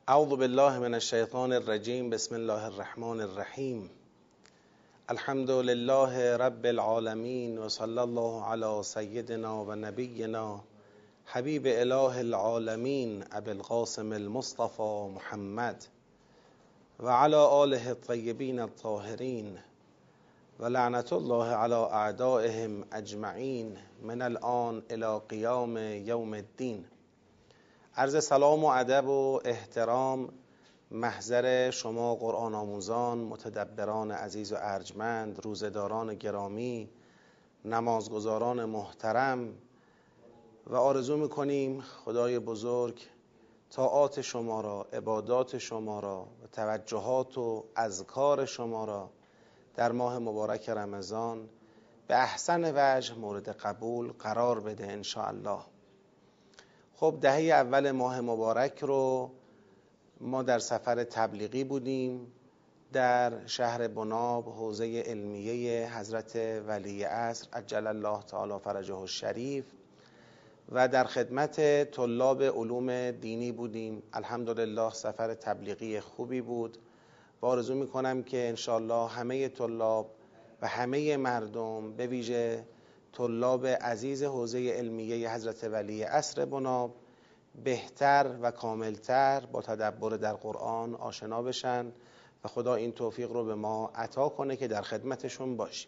اعوذ بالله من الشیطان الرجیم. بسم الله الرحمن الرحیم. الحمد لله رب العالمین و صلی الله علی سیدنا و نبینا حبیب اله العالمین ابی القاسم المصطفى محمد و علی آله الطیبین الطاهرین و لعنت الله علی اعدائهم اجمعین من الان الی قیام یوم الدین. عرض سلام و ادب و احترام محضر شما قرآن آموزان، متدبران عزیز و ارجمند، روزداران گرامی، نمازگزاران محترم، و آرزو میکنیم خدای بزرگ طاعات شما را، عبادات شما را و توجهات و اذکار شما را در ماه مبارک رمضان به احسن وجه مورد قبول قرار بده ان شاء الله. خب دهه اول ماه مبارک رو ما در سفر تبلیغی بودیم در شهر بناب، حوزه علمیه حضرت ولی عصر عجل الله تعالی فرجه الشریف، و در خدمت طلاب علوم دینی بودیم. الحمدلله سفر تبلیغی خوبی بود و آرزو میکنم که انشاءالله همه طلاب و همه مردم، به ویژه طلاب عزیز حوزه علمیه حضرت ولی عصر بناب، بهتر و کاملتر با تدبر در قرآن آشنا بشن و خدا این توفیق رو به ما عطا کنه که در خدمتشون باشیم.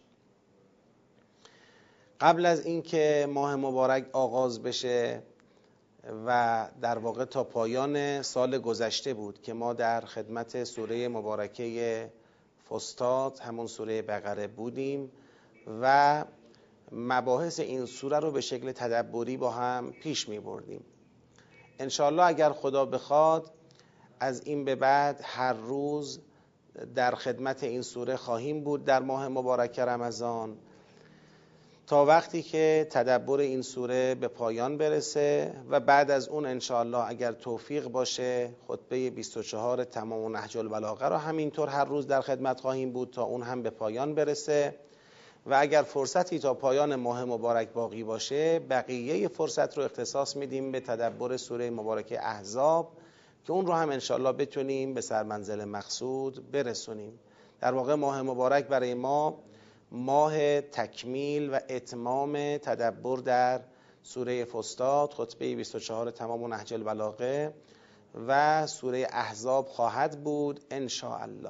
قبل از اینکه ماه مبارک آغاز بشه و در واقع تا پایان سال گذشته بود که ما در خدمت سوره مبارکه فستاد، همون سوره بقره بودیم و مباحث این سوره رو به شکل تدبری با هم پیش می بردیم. انشاءالله اگر خدا بخواد از این به بعد هر روز در خدمت این سوره خواهیم بود در ماه مبارک رمضان تا وقتی که تدبر این سوره به پایان برسه و بعد از اون انشاءالله اگر توفیق باشه خطبه 24 تمام نهج البلاغه را همینطور هر روز در خدمت خواهیم بود تا اون هم به پایان برسه، و اگر فرصتی تا پایان ماه مبارک باقی باشه بقیه فرصت رو اختصاص میدیم به تدبر سوره مبارکه احزاب که اون رو هم انشاءالله بتونیم به سرمنزل مقصود برسونیم. در واقع ماه مبارک برای ما ماه تکمیل و اتمام تدبر در سوره فستاد، خطبه 24 تمام نهج البلاغه و سوره احزاب خواهد بود انشاءالله.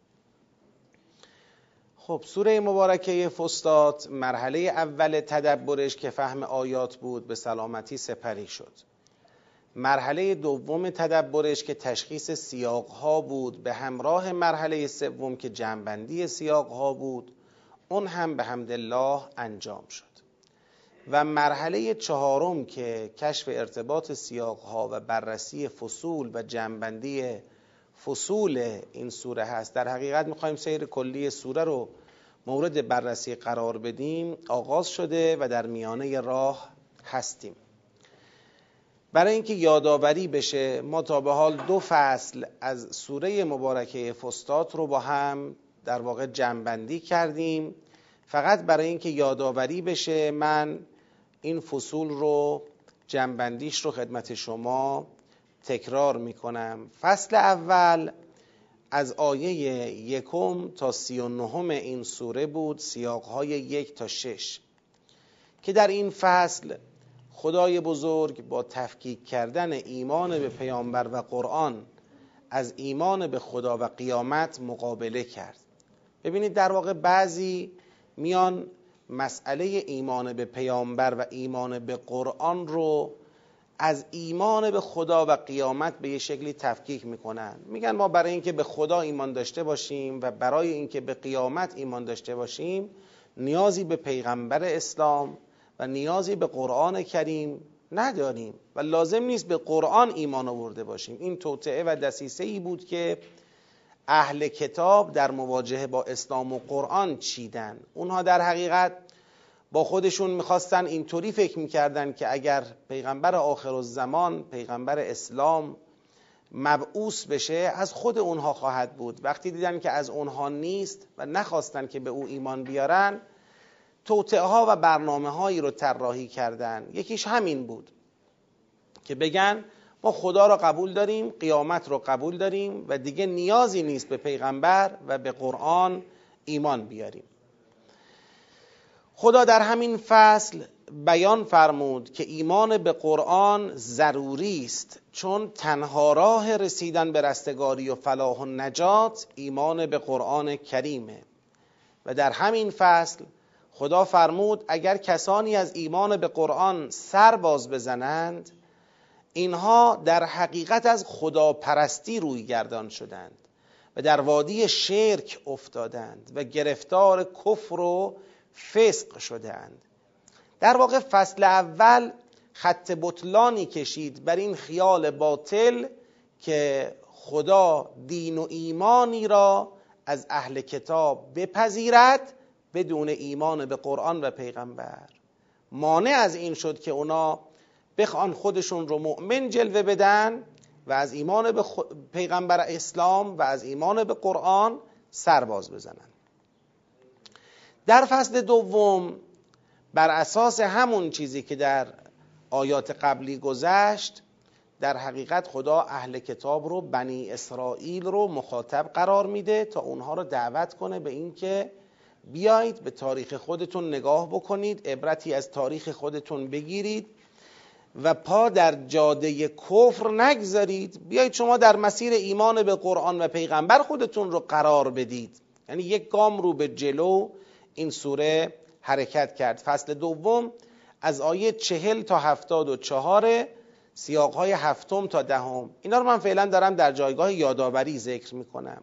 خب سوره مبارکه فستاد مرحله اول تدبرش که فهم آیات بود به سلامتی سپری شد. مرحله دوم تدبرش که تشخیص سیاقها بود به همراه مرحله سوم که جمع‌بندی سیاقها بود، اون هم به حمدالله انجام شد. و مرحله چهارم که کشف ارتباط سیاقها و بررسی فصول و جمع‌بندی فصول این سوره هست. در حقیقت میخوایم سیر کلی سوره رو مورد بررسی قرار بدیم، آغاز شده و در میانه راه هستیم. برای اینکه یادآوری بشه ما تا به حال 2 فصل از سوره مبارکه فستاد رو با هم در واقع جمع‌بندی کردیم. فقط برای اینکه یادآوری بشه من این فصول رو جمع‌بندیش رو خدمت شما تکرار میکنم. فصل اول از آیه 1 تا 39 این سوره بود، سیاقهای 1 تا 6، که در این فصل خدای بزرگ با تفکیک کردن ایمان به پیامبر و قرآن از ایمان به خدا و قیامت مقابله کرد. ببینید در واقع بعضی میان مسئله ایمان به پیامبر و ایمان به قرآن رو از ایمان به خدا و قیامت به یه شکلی تفکیک میکنن. میگن ما برای اینکه به خدا ایمان داشته باشیم و برای اینکه به قیامت ایمان داشته باشیم نیازی به پیغمبر اسلام و نیازی به قرآن کریم نداریم و لازم نیست به قرآن ایمان آورده باشیم. این توطئه و دسیسه ای بود که اهل کتاب در مواجهه با اسلام و قرآن چیدن. اونها در حقیقت با خودشون میخواستن اینطوری فکر میکردن که اگر پیغمبر آخرالزمان، پیغمبر اسلام مبعوث بشه از خود اونها خواهد بود. وقتی دیدن که از اونها نیست و نخواستن که به او ایمان بیارن، توطئه ها و برنامه هایی رو طراحی کردن. یکیش همین بود که بگن ما خدا را قبول داریم، قیامت را قبول داریم و دیگه نیازی نیست به پیغمبر و به قرآن ایمان بیاریم. خدا در همین فصل بیان فرمود که ایمان به قرآن ضروری است، چون تنها راه رسیدن به رستگاری و فلاح و نجات ایمان به قرآن کریمه. و در همین فصل خدا فرمود اگر کسانی از ایمان به قرآن سر باز بزنند، اینها در حقیقت از خداپرستی روی گردان شدند و در وادی شرک افتادند و گرفتار کفر و فسق شدند. در واقع فصل اول خط بطلانی کشید بر این خیال باطل که خدا دین و ایمانی را از اهل کتاب بپذیرد بدون ایمان به قرآن و پیغمبر. مانع از این شد که اونا بخوان خودشون رو مؤمن جلوه بدن و از ایمان به پیغمبر اسلام و از ایمان به قرآن سرباز بزنن. در فصل دوم بر اساس همون چیزی که در آیات قبلی گذشت، در حقیقت خدا اهل کتاب رو، بنی اسرائیل رو مخاطب قرار میده تا اونها رو دعوت کنه به این که بیایید به تاریخ خودتون نگاه بکنید، عبرتی از تاریخ خودتون بگیرید و پا در جاده کفر نگذارید، بیایید شما در مسیر ایمان به قرآن و پیغمبر خودتون رو قرار بدید. یعنی یک گام رو به جلو این سوره حرکت کرد. فصل دوم از آیه 40 تا 74 سیاقهای 7 تا 10. اینا رو من فعلا دارم در جایگاه یادآوری ذکر میکنم.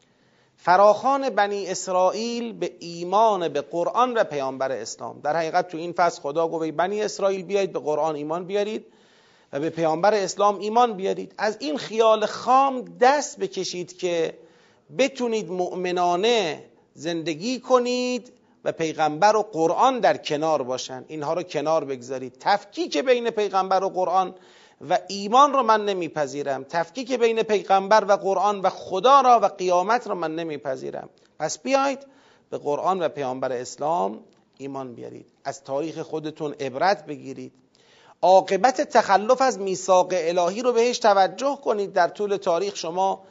فراخوان بنی اسرائیل به ایمان به قرآن و پیامبر اسلام. در حقیقت تو این فصل خدا گفت بنی اسرائیل بیایید به قرآن ایمان بیارید و به پیامبر اسلام ایمان بیارید. از این خیال خام دست بکشید که بتونید مؤمنانه زندگی کنید و پیغمبر و قرآن در کنار باشن. اینها رو کنار بگذارید. تفکیک بین پیغمبر و قرآن و ایمان رو من نمیپذیرم. تفکیک بین پیغمبر و قرآن و خدا را و قیامت را من نمیپذیرم. پس بیایید به قرآن و پیامبر اسلام ایمان بیارید. از تاریخ خودتون عبرت بگیرید. عاقبت تخلف از میثاق الهی رو بهش توجه کنید. در طول تاریخ شما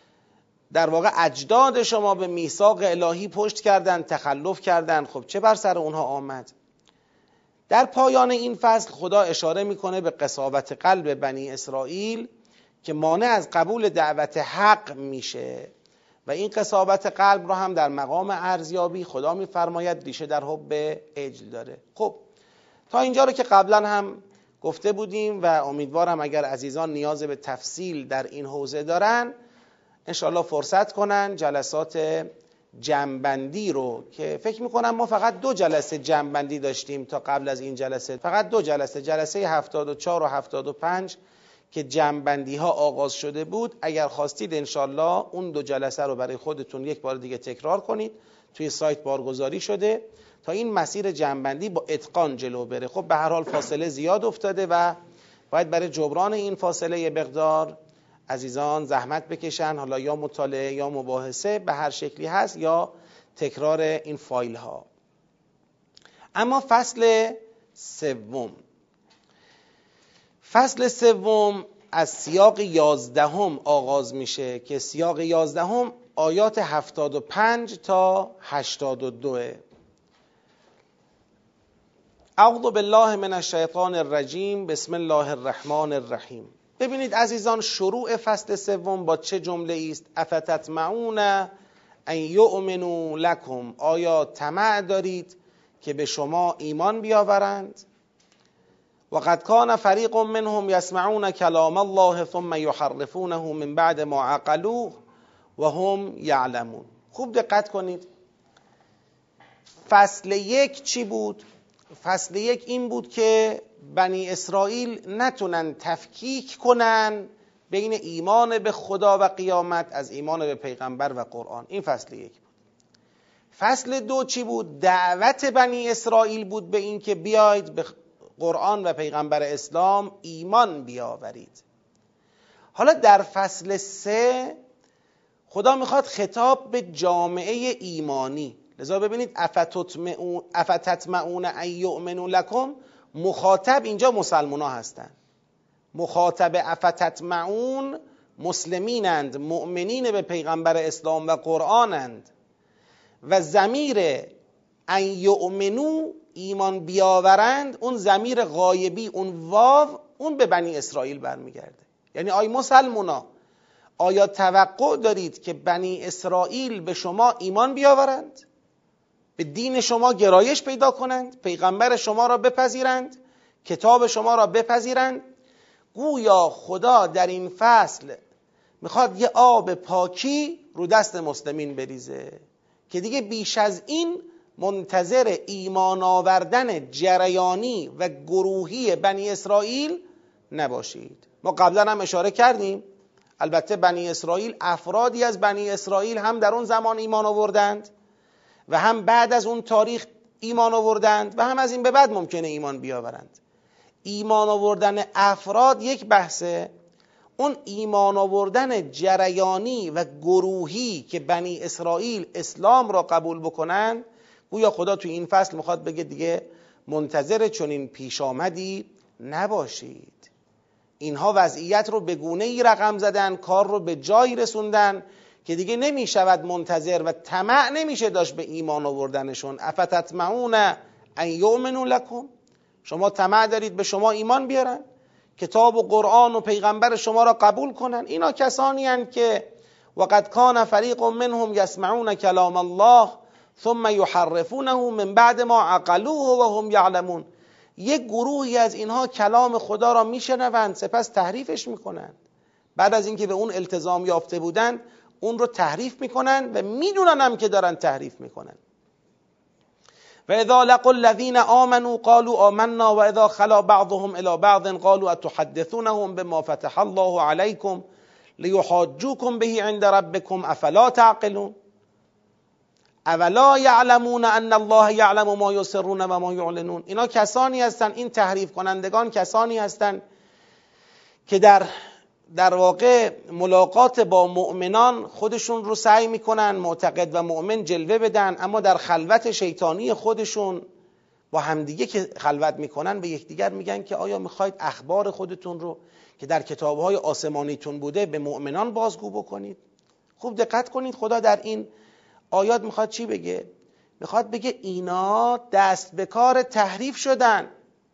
در واقع اجداد شما به میثاق الهی پشت کردن، تخلف کردن. خب چه بر سر اونها آمد؟ در پایان این فصل خدا اشاره میکنه به قساوت قلب بنی اسرائیل که مانع از قبول دعوت حق میشه و این قساوت قلب رو هم در مقام ارزیابی خدا میفرماید ریشه در حب عجل داره. خب تا اینجا رو که قبلا هم گفته بودیم و امیدوارم اگر عزیزان نیاز به تفصیل در این حوزه دارن انشاءالله فرصت کنن جلسات جمع‌بندی رو که فکر میکنم ما فقط 2 جلسه جمع‌بندی داشتیم تا قبل از این جلسه، فقط 2 جلسه، جلسه 74 و 75 که جمع‌بندی ها آغاز شده بود. اگر خواستید انشاءالله اون 2 جلسه رو برای خودتون یک بار دیگه تکرار کنید، توی سایت بارگذاری شده تا این مسیر جمع‌بندی با اتقان جلو بره. خب به هر حال فاصله زیاد افتاده و باید برای جبران این فاصله یه مقدار عزیزان زحمت بکشن، حالا یا مطالعه یا مباحثه به هر شکلی هست یا تکرار این فایل ها. اما فصل سوم از سیاق 11 آغاز میشه که سیاق 11 آیات 75 تا 82. اعوذ بالله من الشیطان الرجیم، بسم الله الرحمن الرحیم. ببینید عزیزان شروع فصل سوم با چه جمله است؟ افتطمعون ان یؤمنوا لکم، آیا طمع دارید که به شما ایمان بیاورند؟ و قد کان فریق منهم یسمعون کلام الله ثم یحرفونه من بعد ما عقلوه و هم یعلمون. خوب دقت کنید. فصل 1 چی بود؟ فصل 1 این بود که بنی اسرائیل نتونن تفکیک کنن بین ایمان به خدا و قیامت از ایمان به پیغمبر و قرآن. این فصل 1 بود. فصل 2 چی بود؟ دعوت بنی اسرائیل بود به این که بیایید به قرآن و پیغمبر اسلام ایمان بیاورید. حالا در فصل 3 خدا میخواد خطاب به جامعه ایمانی، لذا ببینید افتطمعون ان یؤمنوا لکم، مخاطب اینجا مسلمان ها هستن. مخاطب افتطمعون مسلمینند، مؤمنین به پیغمبر اسلام و قرآنند، و ضمیر ان یؤمنو ایمان بیاورند، اون ضمیر غایبی، اون واو، اون به بنی اسرائیل برمیگرده. یعنی آی مسلمونا، آیا توقع دارید که بنی اسرائیل به شما ایمان بیاورند، به دین شما گرایش پیدا کنند، پیغمبر شما را بپذیرند، کتاب شما را بپذیرند؟ گویا خدا در این فصل میخواد یه آب پاکی رو دست مسلمین بریزه که دیگه بیش از این منتظر ایمان آوردن جریانی و گروهی بنی اسرائیل نباشید. ما قبلا هم اشاره کردیم، البته بنی اسرائیل، افرادی از بنی اسرائیل هم در اون زمان ایمان آوردند و هم بعد از اون تاریخ ایمان آوردند و هم از این به بعد ممکنه ایمان بیاورند. ایمان آوردن افراد یک بحثه، اون ایمان آوردن جریانی و گروهی که بنی اسرائیل اسلام را قبول بکنن، گویا خدا توی این فصل میخواد بگه دیگه منتظر چنین پیش آمدی نباشید. اینها وضعیت رو به گونه‌ای رقم زدن، کار رو به جایی رسوندن که دیگه نمیشود منتظر و طمع نمیشه داشت به ایمان آوردنشون. افتطمعون ان یؤمنوا لکم، شما طمع دارید به شما ایمان بیارن، کتاب و قرآن و پیغمبر شما را قبول کنن؟ اینا کسانی هستند که وقد کان فریق منهم یسمعون کلام الله ثم یحرفونه من بعد ما عقلوه و هم یعلمون. یک گروهی از اینها کلام خدا را میشنوند سپس تحریفش میکنند، بعد از اینکه به اون التزام یافته بودند اون رو تحریف میکنند و میدونن هم که دارن تحریف میکنن. و اذا لقوا الذين آمنوا قالوا آمنا و اذا خلا بعضهم الى بعض قالوا اتحدثونهم بما فتح الله عليكم ليحاجوكم به عند ربكم افلا تعقلون اولا یعلمون ان الله یعلم ما یسرون و ما یعلنون. اینا کسانی هستن، این تحریف کنندگان کسانی هستن که در واقع ملاقات با مؤمنان خودشون رو سعی میکنن معتقد و مؤمن جلوه بدن، اما در خلوت شیطانی خودشون با همدیگه که خلوت میکنن به یکدیگر میگن که آیا میخواید اخبار خودتون رو که در کتابهای آسمانیتون بوده به مؤمنان بازگو بکنید؟ خوب دقت کنید، خدا در این آیات میخواد چی بگه؟ میخواد بگه اینا دست به کار تحریف شدن.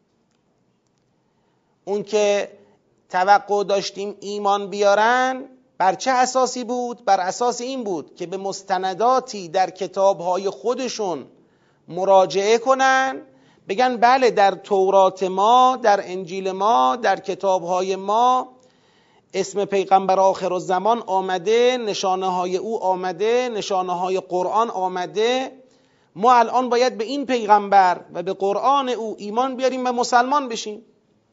اون که توقع داشتیم ایمان بیارن بر چه اساسی بود؟ بر اساس این بود که به مستنداتی در کتابهای خودشون مراجعه کنن، بگن بله در تورات ما، در انجیل ما، در کتابهای ما اسم پیغمبر آخرالزمان آمده، نشانه های او آمده، نشانه های قرآن آمده، ما الان باید به این پیغمبر و به قرآن او ایمان بیاریم و مسلمان بشیم.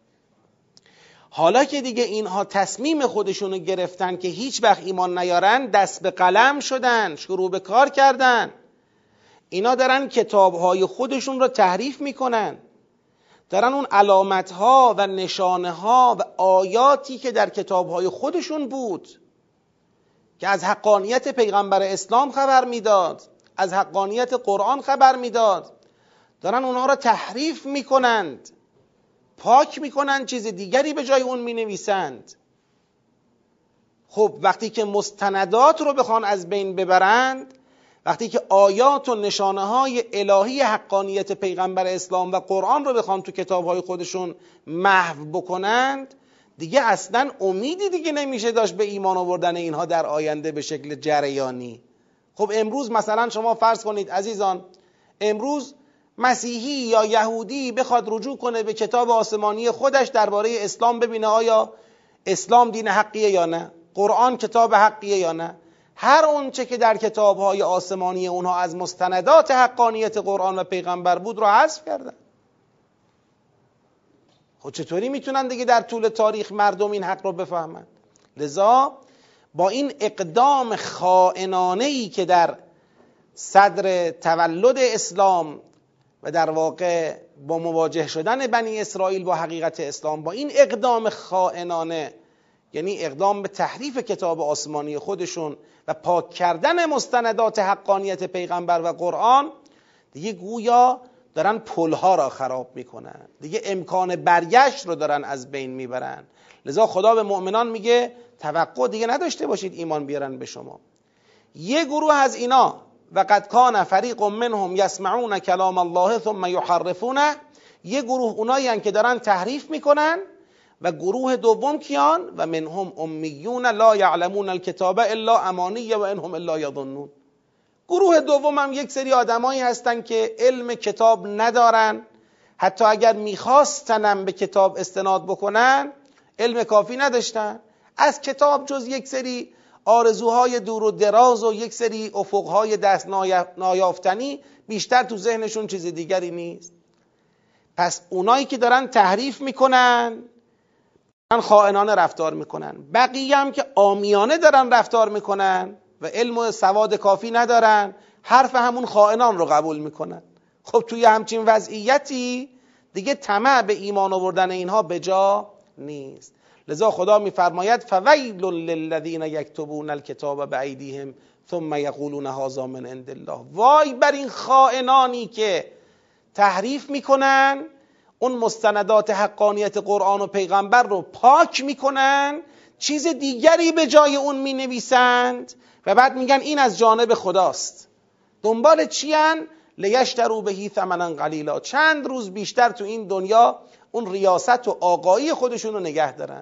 حالا که دیگه اینها تصمیم خودشونو گرفتن که هیچ وقت ایمان نیارن، دست به قلم شدن، شروع به کار کردن. اینا دارن کتابهای خودشون رو تحریف میکنن، دارن اون علامتها و نشانهها و آیاتی که در کتابهای خودشون بود که از حقانیت پیغمبر اسلام خبر میداد، از حقانیت قرآن خبر میداد، دارن اونها رو تحریف میکنند، پاک میکنند، چیز دیگری به جای اون مینویسند. خب وقتی که مستندات رو بخوان از بین ببرند، وقتی که آیات و نشانه های الهی حقانیت پیغمبر اسلام و قرآن رو بخوان تو کتابهای خودشون محو بکنند، دیگه اصلا امیدی دیگه نمیشه داشت به ایمان آوردن اینها در آینده به شکل جریانی. خب امروز مثلا شما فرض کنید عزیزان، امروز مسیحی یا یهودی بخواد رجوع کنه به کتاب آسمانی خودش درباره اسلام، ببینه آیا اسلام دین حقیه یا نه، قرآن کتاب حقیه یا نه، هر اون چه که در کتاب‌های آسمانی اونها از مستندات حقانیت قرآن و پیغمبر بود رو حذف کردن. خب چطوری میتونن دیگه در طول تاریخ مردم این حق رو بفهمن؟ لذا با این اقدام خائنانه‌ای که در صدر تولد اسلام و در واقع با مواجه شدن بنی اسرائیل با حقیقت اسلام، با این اقدام خائنانه، یعنی اقدام به تحریف کتاب آسمانی خودشون و پاک کردن مستندات حقانیت پیغمبر و قرآن، دیگه گویا دارن پلها را خراب میکنن، دیگه امکان برگشت رو دارن از بین میبرن. لذا خدا به مؤمنان میگه توقع دیگه نداشته باشید ایمان بیارن به شما. یه گروه از اینا و قد کان فریق منهم یسمعون کلام الله ثم یحرفونه، یه گروه اونایی هستن که دارن تحریف میکنن. و گروه دوم کیان؟ و منهم امیون لا یعلمون الکتاب الا امانی و انهم الا یظنون. گروه دوم هم یک سری آدمایی هستن که علم کتاب ندارن، حتی اگر میخواستنم به کتاب استناد بکنن علم کافی نداشتن، از کتاب جز یک سری آرزوهای دور و دراز و یک سری افقهای دست نایافتنی بیشتر تو ذهنشون چیز دیگری نیست. پس اونایی که دارن تحریف میکنن دارن خائنانه رفتار میکنن، بقیه هم که عامیانه دارن رفتار میکنن و علم و سواد کافی ندارن حرف همون خائنان رو قبول میکنن. خب توی همچین وضعیتی دیگه طمع به ایمان آوردن اینها به جا نیست. لذا خدا میفرماید فویل للذین یکتبون الکتاب بایدیهم ثم یقولون هذا من عند الله. وای بر این خائنانی که تحریف میکنن اون مستندات حقانیت قرآن و پیغمبر رو پاک میکنن، چیز دیگری به جای اون مینویسند و بعد میگن این از جانب خداست. دنبال چی ان؟ لیشتروا بهی ثمنا قلیلا، چند روز بیشتر تو این دنیا اون ریاست و آقایی خودشون رو نگه دارن،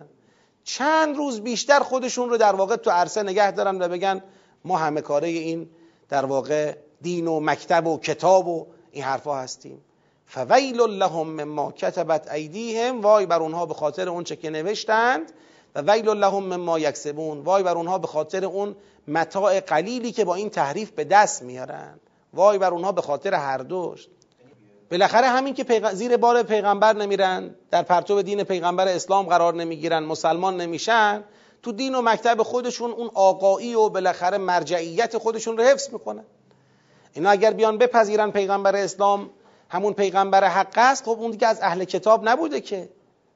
چند روز بیشتر خودشون رو در واقع تو عرصه نگه دارن و بگن ما همه کاره این در واقع دین و مکتب و کتاب و این حرفا هستیم. فویل لهم مما کتبت ایدیهم، وای بر اونها به خاطر اون چه که نوشتند، و ویل لهم مما یکسبون، وای بر اونها به خاطر اون متاع قلیلی که با این تحریف به دست میارن، وای بر اونها به خاطر هر دوش. بالاخره همین که زیر بار پیغمبر نمیرن، در پرتو دین پیغمبر اسلام قرار نمیگیرن، مسلمان نمیشن، تو دین و مکتب خودشون اون آقایی و بالاخره مرجعیت خودشون رو حفظ میکنن. اینا اگر بیان بپذیرن پیغمبر اسلام همون پیغمبر حق است، خب اون دیگه از اهل کتاب نبوده که،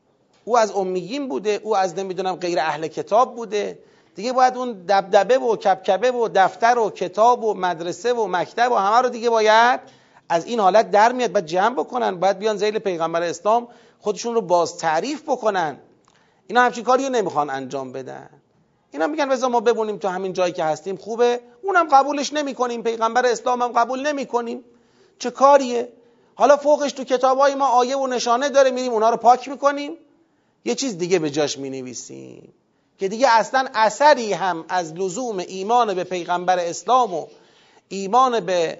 او از امیین بوده، او از نمیدونم غیر اهل کتاب بوده. دیگه باید اون دبدبه و کبکبه و دفتر و کتاب و مدرسه و مکتب و همه رو دیگه باید از این حالت در میاد، باید جمع بکنن، باید بیان ذیل پیغمبر اسلام خودشون رو باز تعریف بکنن. اینا همچین کاری رو نمیخوان انجام بدن. اینا میگن بذار ما بمونیم تو همین جایی که هستیم خوبه، اونم قبولش نمیکنیم، پیغمبر اسلام هم قبول نمیکنیم، چه کاریه؟ حالا فوقش تو کتابای ما آیه و نشانه داره، میریم اونا رو پاک میکنیم، یه چیز دیگه به جاش مینویسیم که دیگه اصلا اثری هم از لزوم ایمان به پیغمبر اسلام و ایمان به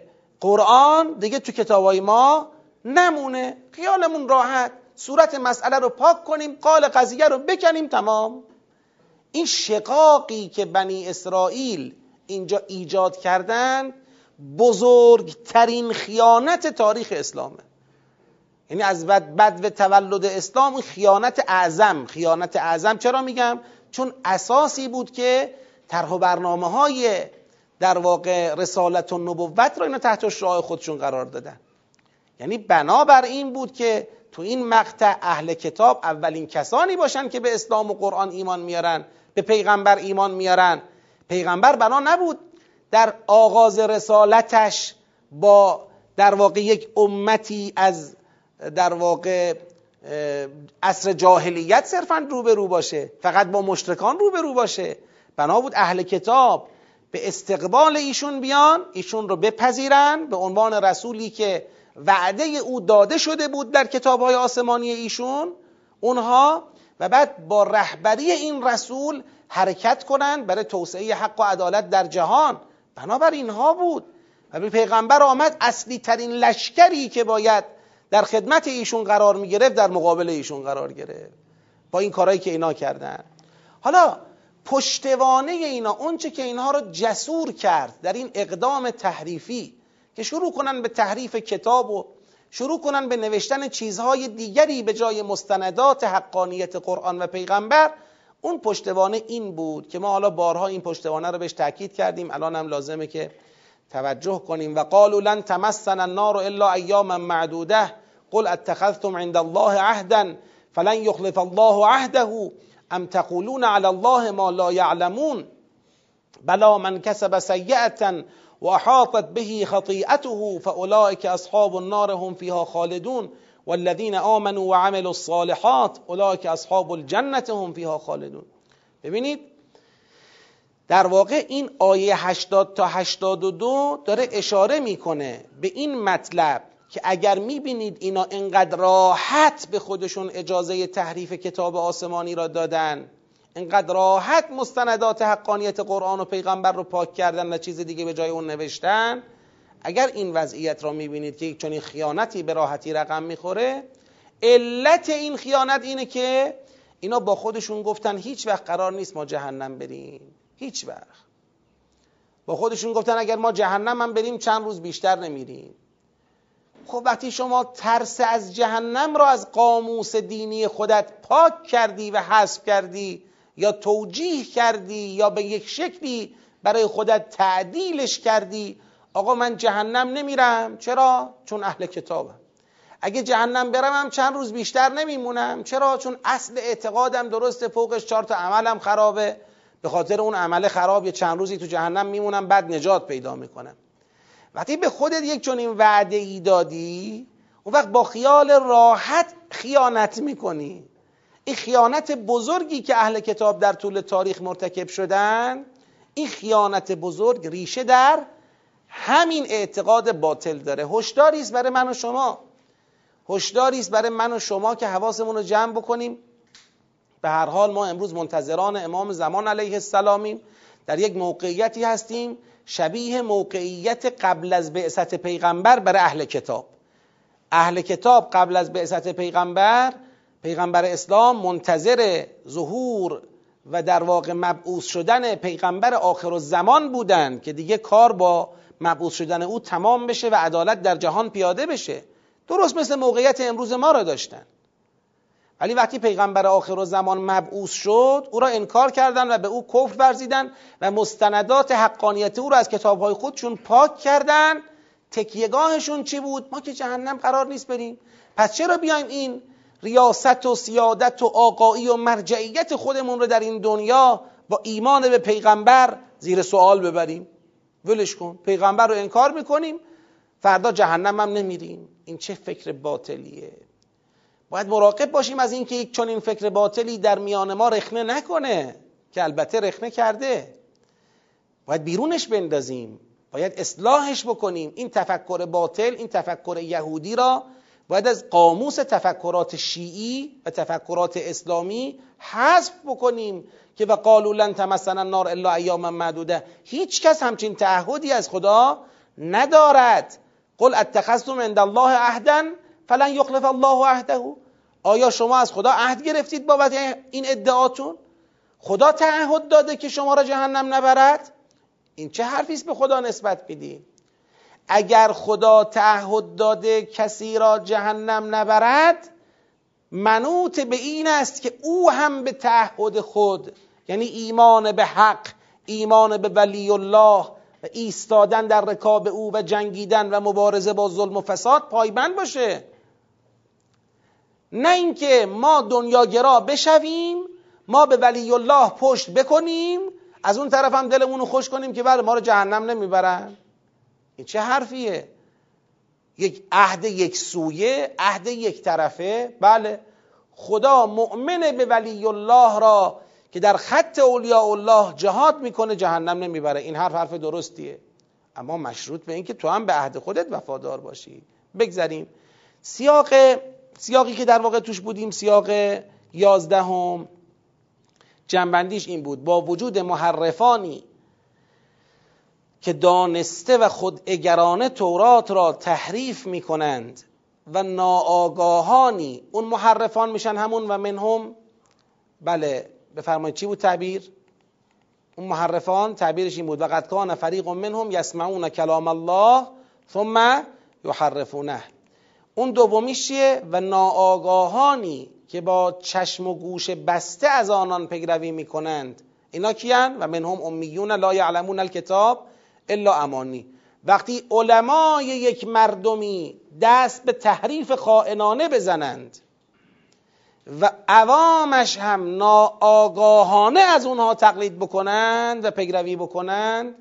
قرآن دیگه تو کتابای ما نمونه. خیالمون راحت، صورت مسئله رو پاک کنیم، قال قضیه رو بکنیم، تمام. این شقاقی که بنی اسرائیل اینجا ایجاد کردن بزرگترین خیانت تاریخ اسلامه. یعنی از بدو تولد اسلام خیانت اعظم. خیانت اعظم چرا میگم؟ چون اساسی بود که طرح و برنامه‌های در واقع رسالت و نبوت رو اینا تحت شعاع خودشون قرار دادن. یعنی بنابر این بود که تو این مقطع اهل کتاب اولین کسانی باشن که به اسلام و قرآن ایمان میارن، به پیغمبر ایمان میارن. پیغمبر بنا نبود در آغاز رسالتش با در واقع یک امتی از در واقع عصر جاهلیت صرفاً روبرو باشه، فقط با مشرکان روبرو باشه. بنا بود اهل کتاب به استقبال ایشون بیان، ایشون رو بپذیرن به عنوان رسولی که وعده او داده شده بود در کتاب‌های آسمانی ایشون اونها، و بعد با رهبری این رسول حرکت کنن برای توسعه حق و عدالت در جهان. بنابر اینها بود و به پیغمبر آمد اصلی ترین لشکری که باید در خدمت ایشون قرار می گرفت در مقابل ایشون قرار گرفت با این کارهایی که اینا کردن. حالا پشتوانه اینا، اونچه که اینها رو جسور کرد در این اقدام تحریفی که شروع کنن به تحریف کتاب و شروع کنن به نوشتن چیزهای دیگری به جای مستندات حقانیت قرآن و پیغمبر، اون پشتوانه این بود که ما حالا بارها این پشتوانه رو بهش تاکید کردیم، الان هم لازمه که توجه کنیم. و قالوا لن تمسنا النار الا ایاما معدوده قل اتخذتم عند الله عهدا فلن يخلف الله عهده ام تقولون على الله ما لا يعلمون بلا من كسب سیئة و احاطت به خطیئته فاولئک اصحاب النار هم فیها خالدون والذین آمنوا وعملوا الصالحات اولئک اصحاب الجنة هم فیها خالدون. ببینید در واقع این آیه 80 تا 82 داره اشاره میکنه به این مطلب که اگر میبینید اینا اینقدر راحت به خودشون اجازه تحریف کتاب آسمانی را دادن، اینقدر راحت مستندات حقانیت قرآن و پیغمبر رو پاک کردن و چیز دیگه به جای اون نوشتن، اگر این وضعیت را میبینید که یک چنین خیانتی به راحتی رقم میخوره، علت این خیانت اینه که اینا با خودشون گفتن هیچ وقت قرار نیست ما جهنم بریم، هیچ وقت. با خودشون گفتن اگر ما جهنم هم بریم چند روز بیشتر نمیریم. خب وقتی شما ترس از جهنم را از قاموس دینی خودت پاک کردی و حذف کردی یا توجیه کردی یا به یک شکلی برای خودت تعدیلش کردی، آقا من جهنم نمیرم، چرا؟ چون اهل کتابم. اگه جهنم برم هم چند روز بیشتر نمیمونم، چرا؟ چون اصل اعتقادم درسته، فوقش 4 تا عملم خرابه، به خاطر اون عمل خراب یه چند روزی تو جهنم میمونم، بعد نجات پیدا میکنم. وقتی به خودت یک چنین وعده ای دادی، اون وقت با خیال راحت خیانت میکنی. این خیانت بزرگی که اهل کتاب در طول تاریخ مرتکب شدن، این خیانت بزرگ ریشه در همین اعتقاد باطل داره. هشداری است برای من و شما، هشداری است برای من و شما که حواسمون رو جمع بکنیم. به هر حال ما امروز منتظران امام زمان علیه السلامیم، در یک موقعیتی هستیم شبیه موقعیت قبل از بعثت پیغمبر برای اهل کتاب. اهل کتاب قبل از بعثت پیغمبر اسلام منتظر ظهور و در واقع مبعوث شدن پیغمبر آخر الزمان بودند که دیگه کار با مبعوث شدن او تمام بشه و عدالت در جهان پیاده بشه، درست مثل موقعیت امروز ما را داشتن. ولی وقتی پیغمبر آخر الزمان مبعوث شد، او را انکار کردن و به او کفر ورزیدن و مستندات حقانیت او را از کتابهای خودشون پاک کردن. تکیهگاهشون چی بود؟ ما که جهنم قرار نیست بریم، پس چرا بیایم این ریاست و سیادت و آقایی و مرجعیت خودمون رو در این دنیا با ایمان به پیغمبر زیر سوال ببریم؟ ولش کن، پیغمبر رو انکار میکنیم، فردا جهنم هم نمیریم. این چه فکر باطلیه؟ باید مراقب باشیم از این که یک چنین فکر باطلی در میان ما رخنه نکنه، که البته رخنه کرده. باید بیرونش بندازیم، باید اصلاحش بکنیم. این تفکر باطل، این تفکر یهودی را باید از قاموس تفکرات شیعی و تفکرات اسلامی حذف بکنیم که وقالوا لن تمسنا النار الا ایاما معدوده. هیچ کس همچین تعهدی از خدا ندارد. قل اتخذتم عند الله عهدا فلن یخلف الله عهده. آیا شما از خدا عهد گرفتید بابت این ادعاتون؟ خدا تعهد داده که شما را جهنم نبرد؟ این چه حرفی است به خدا نسبت میدی؟ اگر خدا تعهد داده کسی را جهنم نبرد، منوط به این است که او هم به تعهد خود، یعنی ایمان به حق، ایمان به ولی الله و ایستادن در رکاب او و جنگیدن و مبارزه با ظلم و فساد پایبند باشه. نه اینکه ما دنیاگرا بشویم، ما به ولی الله پشت بکنیم، از اون طرف هم دلمون رو خوش کنیم که بله ما رو جهنم نمیبرن. این چه حرفیه؟ یک عهد یک سویه، عهد یک طرفه. بله خدا مؤمن به ولی الله را که در خط اولیاء الله جهاد میکنه جهنم نمیبره. این حرف درستیه، اما مشروط به این که تو هم به عهد خودت وفادار باشی. بگذاریم سیاقی که در واقع توش بودیم، سیاق 11 جنبندیش این بود: با وجود محرفانی که دانسته و خوداگرانه تورات را تحریف میکنند و ناآگاهانی، اون محرفان میشن همون و منهم. بله بفرمایید چی بود تعبیر؟ اون محرفان تعبیرش این بود: وقد کان فریق منهم یسمعون کلام الله ثم یحرفونه. اون دومیش چیه؟ و ناآگاهانی که با چشم و گوش بسته از آنان پیروی میکنند. اینا کیان؟ و منهم امیون لا یعلمون الکتاب الا امانی. وقتی علمای یک مردمی دست به تحریف خائنانه بزنند و عوامش هم ناآگاهانه از اونها تقلید بکنند و پیروی بکنند،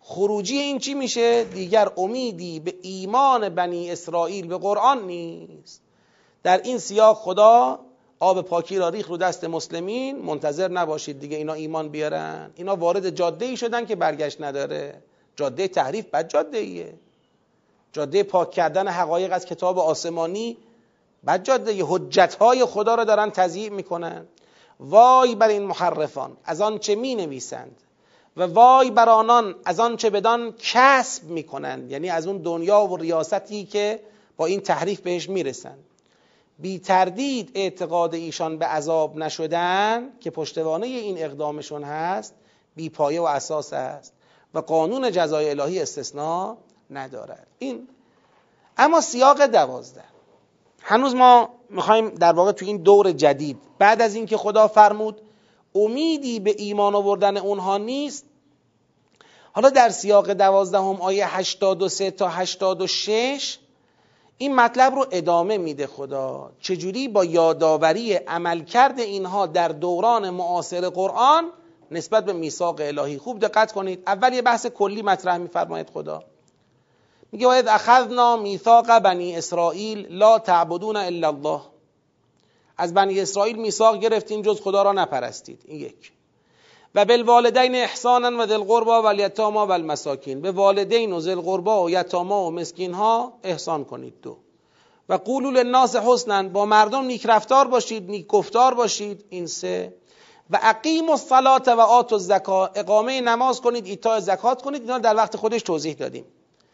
خروجی این چی میشه؟ دیگر امیدی به ایمان بنی اسرائیل به قرآن نیست. در این سیاق خدا آب پاکی را ریخت رو دست مسلمین، منتظر نباشید دیگه اینا ایمان بیارن. اینا وارد جاده‌ای شدن که برگشت نداره. جاده تحریف بد جاده‌ایه. جاده پاک کردن حقایق از کتاب آسمانی بد جاده‌ایه. حجت‌های خدا را دارن تضییع میکنن. وای بر این محرفان از آن چه می نویسند و وای بر آنان از آن چه بدان کسب میکنند، یعنی از اون دنیا و ریاستی که با این تحریف بهش میرسند. بی تردید اعتقاد ایشان به عذاب نشدن که پشتوانه این اقدامشون هست بی پایه و اساس است و قانون جزای الهی استثناء ندارد. این اما سیاق 12 هنوز ما میخوایم در واقع تو این دور جدید بعد از اینکه خدا فرمود امیدی به ایمان آوردن اونها نیست، حالا در سیاق 12 آیه 83 تا 86 این مطلب رو ادامه میده خدا چجوری با یادآوری عملکرد اینها در دوران معاصر قرآن نسبت به میثاق الهی. خوب دقت کنید، اول یه بحث کلی مطرح میفرماید خدا، میگه واذ اخذنا میثاق بنی اسرائیل لا تعبدون الا الله. از بنی اسرائیل میثاق گرفتیم جز خدا را نپرستید. این یک. و بالوالدین احسانا و ذی القربى و الیتامی و المساکین، به والدین و ذی القربى و یتاما و مسکین ها احسان کنید. دو. و قولوا للناس حسنا، با مردم نیک رفتار باشید، نیک گفتار باشید. این سه. و اقیموا الصلاة و آتوا الزکاة، اقامه نماز کنید، ایتاء زکات کنید. اینا در وقت خودش توضیح دادیم.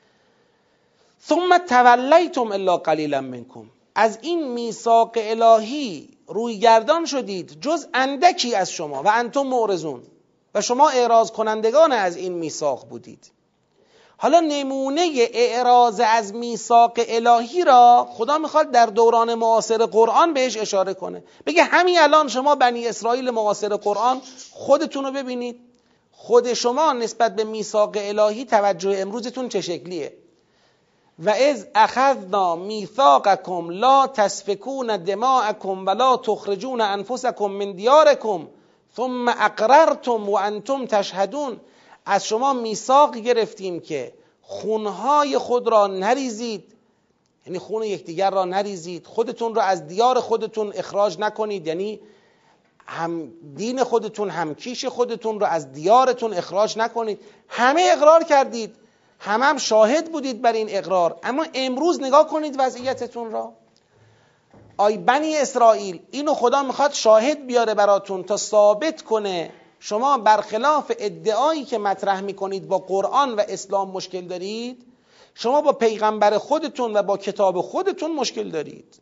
ثم تولیتم الا قلیلا منکم، از این میثاق الهی روی گردان شدید جز اندکی از شما. و انتم معرضون، و شما اعراض کنندگان از این میثاق بودید. حالا نمونه اعراض از میثاق الهی را خدا میخواد در دوران معاصر قرآن بهش اشاره کنه. بگه همین الان شما بنی اسرائیل معاصر قرآن خودتون رو ببینید، خود شما نسبت به میثاق الهی توجه امروزتون چه شکلیه. و اذ اخذنا میثاقکم لا تسفکون دماءکم ولا تخرجون انفسکم من دیارکم ثم اقررتم و انتم تشهدون، از شما میثاق گرفتیم که خونهای خود را نریزید، یعنی خون یکدیگر را نریزید، خودتون را از دیار خودتون اخراج نکنید، یعنی هم دین خودتون هم کیش خودتون را از دیارتون اخراج نکنید. همه اقرار کردید، هم شاهد بودید بر این اقرار. اما امروز نگاه کنید وضعیتتون را. آی بنی اسرائیل، اینو خدا میخواد شاهد بیاره براتون تا ثابت کنه شما برخلاف ادعایی که مطرح میکنید با قرآن و اسلام مشکل دارید، شما با پیغمبر خودتون و با کتاب خودتون مشکل دارید.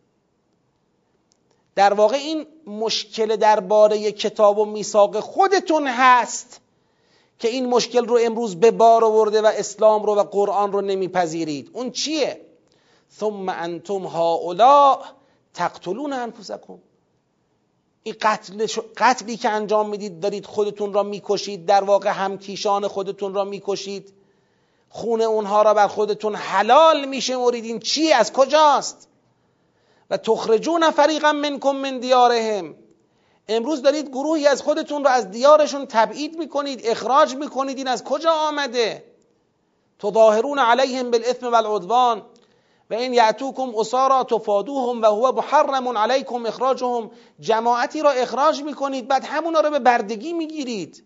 در واقع این مشکل درباره کتاب و میثاق خودتون هست که این مشکل رو امروز به بار آورده و اسلام رو و قرآن رو نمیپذیرید. اون چیه؟ ثم انتم هؤلاء تقتلون انفسکم، این قتلی که انجام میدید دارید خودتون را میکشید، در واقع همکیشان خودتون را میکشید، خون اونها را بر خودتون حلال میشمرید. این چیه؟ از کجاست؟ و تخرجون فریقا منکم من دیارهم، امروز دارید گروهی از خودتون رو از دیارشون تبعید میکنید، اخراج میکنید. این از کجا آمده؟ تظاهرون علیهم بالاثم والعدوان و این یأتوکم اسارا تفادوهم و هو محرم علیکم اخراجهم، جماعتی را اخراج میکنید بعد همونا رو به بردگی میگیرید.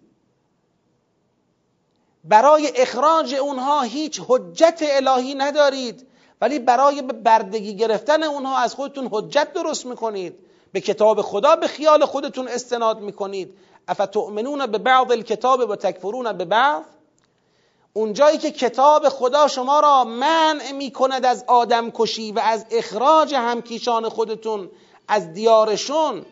برای اخراج اونها هیچ حجت الهی ندارید، ولی برای به بردگی گرفتن اونها از خودتون حجت درست میکنید، به کتاب خدا به خیال خودتون استناد میکنید. افتؤمنون ببعض الکتاب و تکفرون ببعض، اون جایی که کتاب خدا شما را منع میکند از آدم کشی و از اخراج همکیشان خودتون از دیارشون،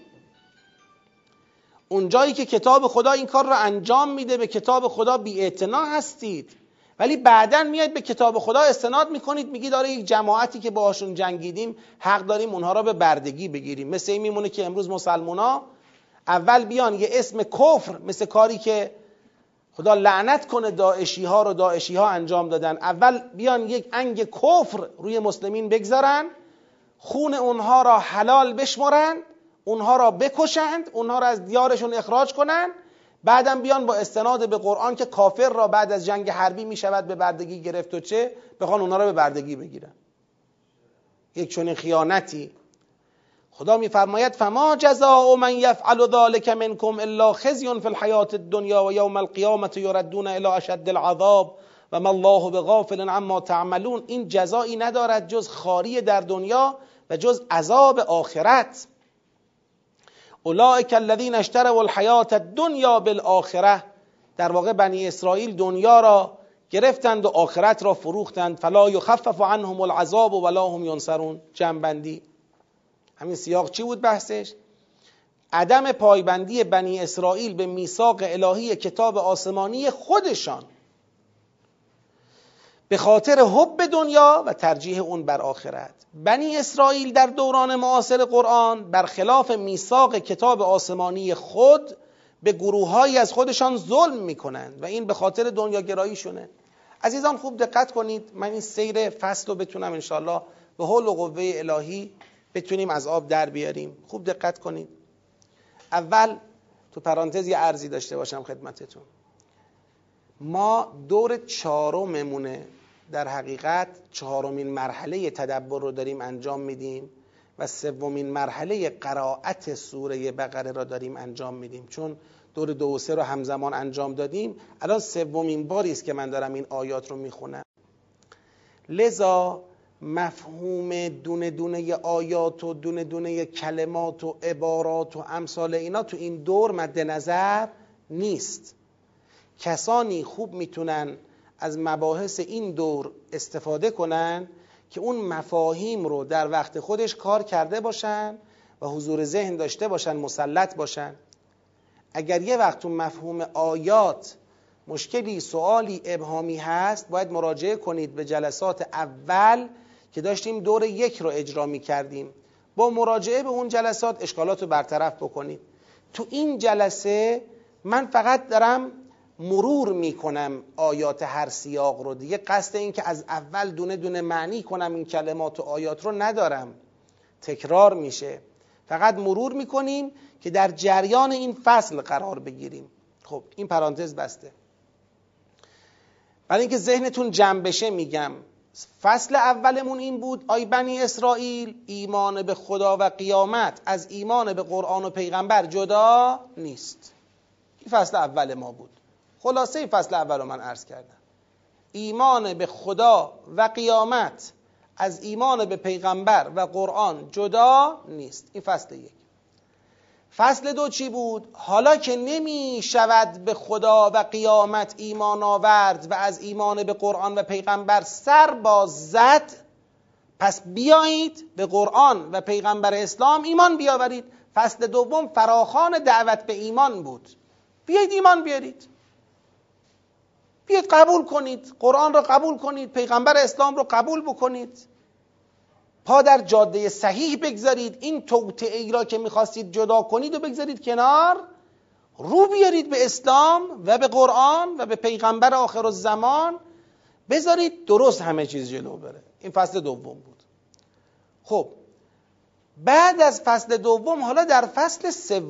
اون جایی که کتاب خدا این کار را انجام میده به کتاب خدا بی‌اعتنا هستید، ولی بعداً میاد به کتاب خدا استناد میکنید، میگید داره یک جماعتی که باهاشون جنگیدیم حق داریم اونها را به بردگی بگیریم. مثل این میمونه که امروز مسلمونا اول بیان یه اسم کفر، مثل کاری که خدا لعنت کنه داعشی ها رو داعشی ها انجام دادن، اول بیان یک انگ کفر روی مسلمین بگذارن، خون اونها را حلال بشمرن، اونها را بکشند، اونها را از دیارشون اخراج کنن، بعدم بیان با استناد به قرآن که کافر را بعد از جنگ حربی می شود به بردگی گرفت و چه بخوان اونا را به بردگی بگیرن. یک چنین خیانتی. خدا میفرماید فما جزاء من یفعل ذلک منکم الا خزی فی الحیاة الدنیا و یوم القیامة یردون الی اشد العذاب و ما الله بغافل عما تعملون. این جزایی ندارد جز خاری در دنیا و جز عذاب آخرت. اولئک الذین اشتروا الحیاة الدنیا بالآخرة، در واقع بنی اسرائیل دنیا را گرفتند و آخرت را فروختند. فلا یخفف عنهم العذاب ولا هم ینصرون. جمع‌بندی همین سیاق چی بود بحثش؟ عدم پایبندی بنی اسرائیل به میثاق الهی کتاب آسمانی خودشان به خاطر حب دنیا و ترجیح اون بر آخرت. بنی اسرائیل در دوران معاصر قرآن برخلاف میثاق کتاب آسمانی خود به گروه‌هایی از خودشان ظلم میکنند و این به خاطر دنیاگراییشونه. عزیزان خوب دقت کنید، من این سیر فصل رو بتونم انشاءالله به حول و قوه الهی بتونیم از آب در بیاریم. خوب دقت کنید. اول تو پرانتز یه عرضی داشته باشم خدمتتون. ما دور چهارممونه، در حقیقت چهارمین مرحله تدبر رو داریم انجام میدیم و سومین مرحله قرائت سوره بقره را داریم انجام میدیم، چون دور 2 و 3 رو همزمان انجام دادیم. الان سومین باری است که من دارم این آیات رو میخونم. لذا مفهوم دونه دونه آیات و دونه دونه کلمات و عبارات و امثال اینا تو این دور مد نظر نیست. کسانی خوب میتونن از مباحث این دور استفاده کنن که اون مفاهیم رو در وقت خودش کار کرده باشن و حضور ذهن داشته باشن، مسلط باشن. اگر یه وقت تو مفهوم آیات مشکلی، سوالی، ابهامی هست، باید مراجعه کنید به جلسات اول که داشتیم دور 1 رو اجرا می کردیم. با مراجعه به اون جلسات اشکالات رو برطرف بکنید. تو این جلسه من فقط دارم مرور می کنم آیات هر سیاق رو، دیگه قصد این که از اول دونه دونه معنی کنم این کلمات و آیات رو ندارم، تکرار میشه. فقط مرور می کنیم که در جریان این فصل قرار بگیریم. خب این پرانتز بسته. برای اینکه ذهنتون جمع بشه میگم فصل اولمون این بود: ای بنی اسرائیل، ایمان به خدا و قیامت از ایمان به قرآن و پیغمبر جدا نیست. این فصل اول ما بود. خلاصه این فصل اول رو من عرض کردم. ایمان به خدا و قیامت از ایمان به پیغمبر و قرآن جدا نیست. این فصل 1. فصل 2 چی بود؟ حالا که نمی شود به خدا و قیامت ایمان آورد و از ایمان به قرآن و پیغمبر سر باز زد، پس بیایید به قرآن و پیغمبر اسلام ایمان بیاورید. فصل 2 فراخوان دعوت به ایمان بود. بیایید ایمان بیارید، بیایید قبول کنید، قرآن را قبول کنید، پیغمبر اسلام را قبول بکنید، پا در جاده صحیح بگذارید. این توطئه‌ای را که میخواستید جدا کنید و بگذارید کنار، رو بیارید به اسلام و به قرآن و به پیغمبر آخر الزمان، بذارید درست همه چیز جلو بره. این فصل 2 بود. خب بعد از فصل 2 حالا در فصل 3،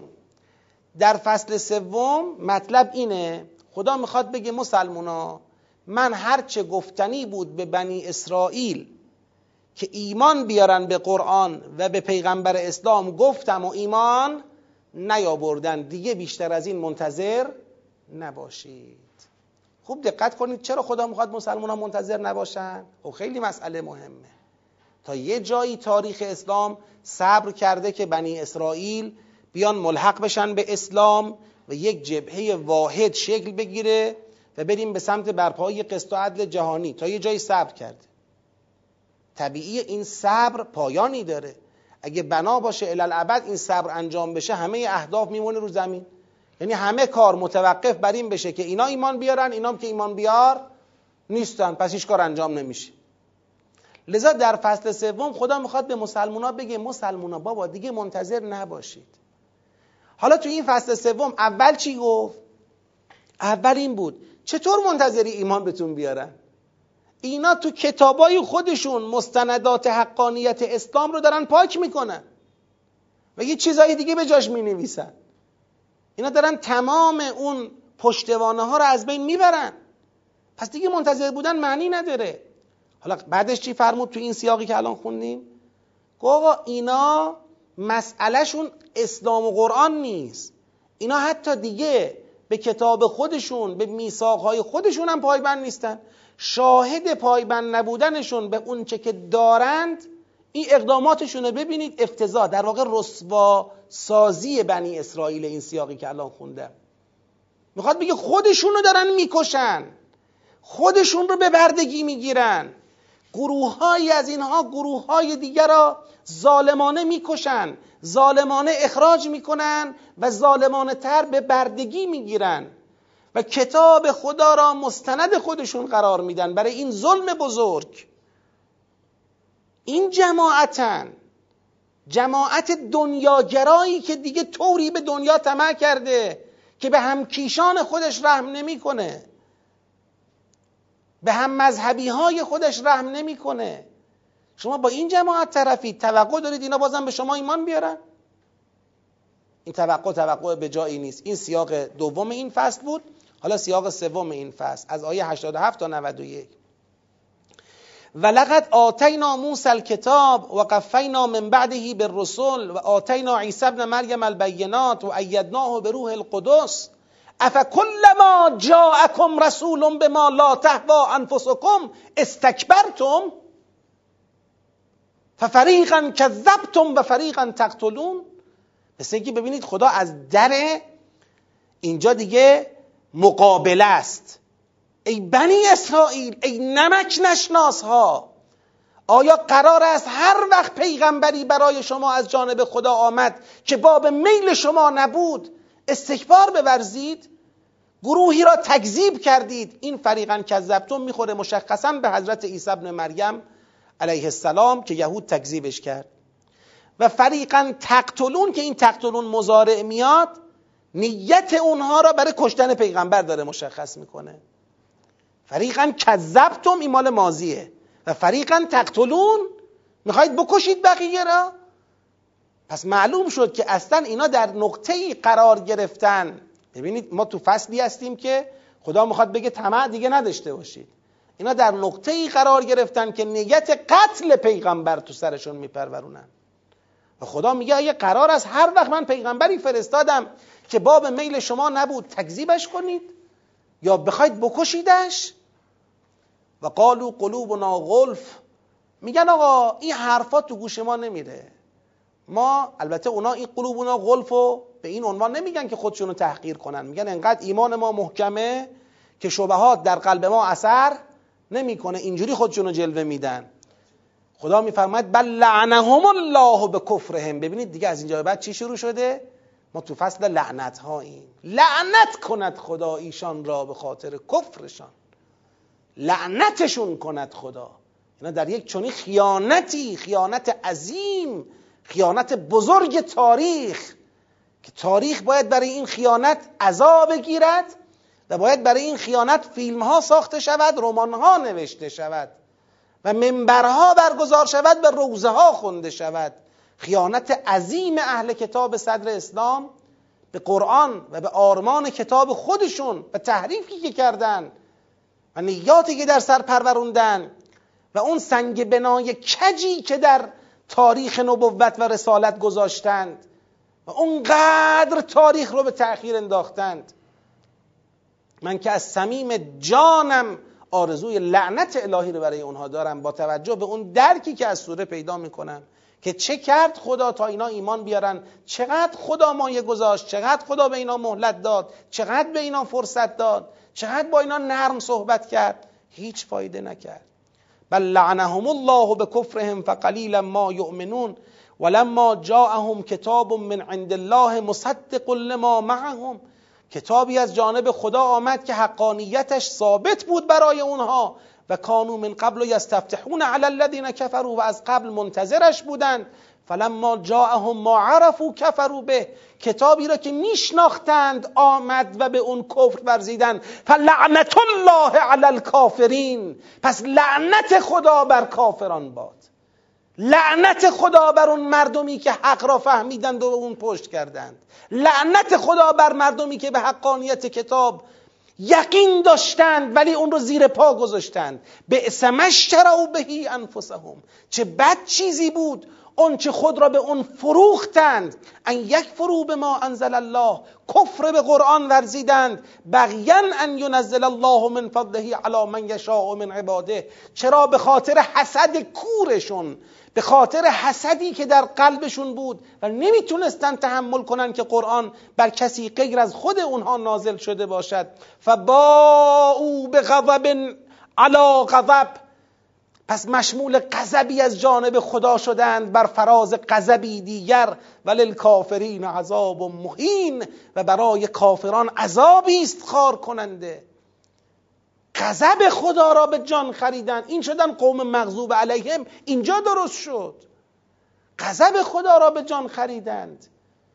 در فصل 3 مطلب اینه: خدا میخواد بگه مسلمونا، من هرچه گفتنی بود به بنی اسرائیل که ایمان بیارن به قرآن و به پیغمبر اسلام گفتم و ایمان نیاوردن، دیگه بیشتر از این منتظر نباشید. خوب دقت کنید چرا خدا میخواد مسلمانان منتظر نباشن؟ خب خیلی مسئله مهمه. تا یه جایی تاریخ اسلام صبر کرده که بنی اسرائیل بیان ملحق بشن به اسلام و یک جبهه واحد شکل بگیره و بریم به سمت برپایی قسط و عدل جهانی. تا یه جایی صبر کرده. طبیعی این صبر پایانی داره. اگه بنا باشه الالعبد این صبر انجام بشه، همه اهداف میمونه رو زمین. یعنی همه کار متوقف بر این بشه که اینا ایمان بیارن، اینام که ایمان بیار نیستن، پس هیچ کار انجام نمیشه. لذا در فصل 3 خدا میخواد به مسلمونا بگه مسلمونا بابا دیگه منتظر نباشید. حالا تو این فصل 3 اول چی گفت؟ اول این بود: چطور منتظری ایمان بهتون بیارن؟ اینا تو کتابای خودشون مستندات حقانیت اسلام رو دارن پاک میکنن و یه چیزای دیگه به جاش مینویسن. اینا دارن تمام اون پشتوانه ها رو از بین میبرن. پس دیگه منتظر بودن معنی نداره. حالا بعدش چی فرمود تو این سیاقی که الان خوندیم؟ گفت اینا مسئلهشون اسلام و قرآن نیست، اینا حتی دیگه به کتاب خودشون، به میثاقهای خودشون هم پایبند نیستن. شاهد پایبند نبودنشون به اون چه که دارند این اقداماتشون رو ببینید، افتضاح، در واقع رسوا سازی بنی اسرائیل. این سیاقی که الان خوندم میخواد بگه خودشون رو دارن میکشن، خودشون رو به بردگی میگیرن. گروه‌هایی از اینها گروه‌های دیگر را ظالمانه میکشن، ظالمانه اخراج میکنن و ظالمانه تر به بردگی میگیرن و کتاب خدا را مستند خودشون قرار میدن برای این ظلم بزرگ. این جماعت دنیاگرایی که دیگه طوری به دنیا طمع کرده که به همکیشان خودش رحم نمیکنه، به هم مذهبی های خودش رحم نمیکنه. شما با این جماعت طرفید، توقع دارید اینا بازم به شما ایمان بیارن؟ این توقع به جایی نیست. این سیاق دوم این فصل بود. حالا سیاق سوم این فصل از آیه 87 تا 91. ولقد آتینا موسی الکتاب و قفینا من بعده بالرسل و آتینا عیسی ابن مریم البینات و ایدناه بروح القدس افکلما جاءکم رسول بما لا تهوا انفسکم استکبرتم ففریقا کذبتم و فریقا تقتلون. مثل اینکه ببینید خدا از در اینجا دیگه مقابله است. ای بنی اسرائیل، ای نمک نشناس ها، آیا قرار است هر وقت پیغمبری برای شما از جانب خدا آمد که باب میل شما نبود استکبار بورزید؟ گروهی را تکذیب کردید. این فریقا کذبتم میخوره مشخصا به حضرت عیسی ابن مریم علیه السلام که یهود تکذیبش کرد. و فریقا تقتلون که این تقتلون مضارع میاد، نیت اونها را برای کشتن پیغمبر داره مشخص میکنه. فریقا کذبتم این مال ماضیه و فریقا تقتلون میخواید بکشید بقیه را. پس معلوم شد که اصلا اینا در نقطه‌ای قرار گرفتن. ببینید ما تو فصلی هستیم که خدا میخواد بگه طمع دیگه نداشته باشید. اینا در نقطه‌ای قرار گرفتن که نیت قتل پیغمبر تو سرشون میپرورونن و خدا میگه اگه قرار است هر وقت من پیغمبری فرستادم که باب میل شما نبود تکذیبش کنید یا بخواید بکشیدش. و قالوا قلوبنا غلف، میگن آقا این حرفا تو گوش ما نمیره. ما البته اونا این قلوبنا غلفو به این عنوان نمیگن که خودشونو تحقیر کنن، میگن انقدر ایمان ما محکمه که شبهات در قلب ما اثر نمیکنه، اینجوری خودشونو جلوه میدن. خدا میفرماید بل لعنهم الله بکفرهم. ببینید دیگه از اینجا به بعد چی شروع شده؟ ما تو فصل لعنت هاییم. لعنت کند خدا ایشان را به خاطر کفرشان، لعنتشون کند خدا. اینا در یک چنین خیانتی، خیانت عظیم، خیانت بزرگ تاریخ که تاریخ باید برای این خیانت عذاب بگیرد و باید برای این خیانت فیلم ها ساخته شود، رمان ها نوشته شود و منبرها برگزار شود و روزه ها خونده شود. خیانت عظیم اهل کتاب صدر اسلام به قرآن و به آرمان کتاب خودشون و تحریفی که کردن و نیاتی که در سر پروروندن و اون سنگ بنای کجی که در تاریخ نبوت و رسالت گذاشتند و اونقدر تاریخ رو به تأخیر انداختند. من که از صمیم جانم آرزوی لعنت الهی رو برای اونها دارم با توجه به اون درکی که از سوره پیدا میکنم که چه کرد خدا تا اینا ایمان بیارن، چقدر خدا مایه گذاشت، چقدر خدا به اینا مهلت داد، چقدر به اینا فرصت داد، چقدر با اینا نرم صحبت کرد، هیچ فایده نکرد. بل لعنهم الله بکفرهم فقلیلا ما یؤمنون ولما جاءهم کتاب من عند الله مصدق لما معهم. کتابی از جانب خدا آمد که حقانیتش ثابت بود برای اونها و کانوا من قبل یستفتحون علی الذین کفروا، و از قبل منتظرش بودند. فلما جاءهم ما عرفوا کفروا به، کتابی را که میشناختند آمد و به اون کفر ورزیدند. فلعنت الله علی الکافرین، پس لعنت خدا بر کافران باد. لعنت خدا بر اون مردمی که حق را فهمیدند و اون پشت کردند. لعنت خدا بر مردمی که به حقانیت کتاب یقین داشتند ولی اون رو زیر پا گذاشتند. بئس ما اشتروا به انفسهم، چه بد چیزی بود اون چه خود را به اون فروختند. ان یکفروا بما انزل الله، کفر به قرآن ورزیدند. بغیا ان ینزل الله من فضله علی من یشاء من عباده، چرا؟ به خاطر حسد کورشون، به خاطر حسدی که در قلبشون بود و نمیتونستن تحمل کنن که قرآن بر کسی غیر از خود اونها نازل شده باشد. فباءوا بغضب علی غضب، پس مشمول غضبی از جانب خدا شدند بر فراز غضبی دیگر. وللکافرین عذاب مهین، و برای کافران عذابی است خار کننده. غضب خدا را به جان خریدند، این شدن قوم مغضوب علیهم. اینجا درست شد، غضب خدا را به جان خریدند،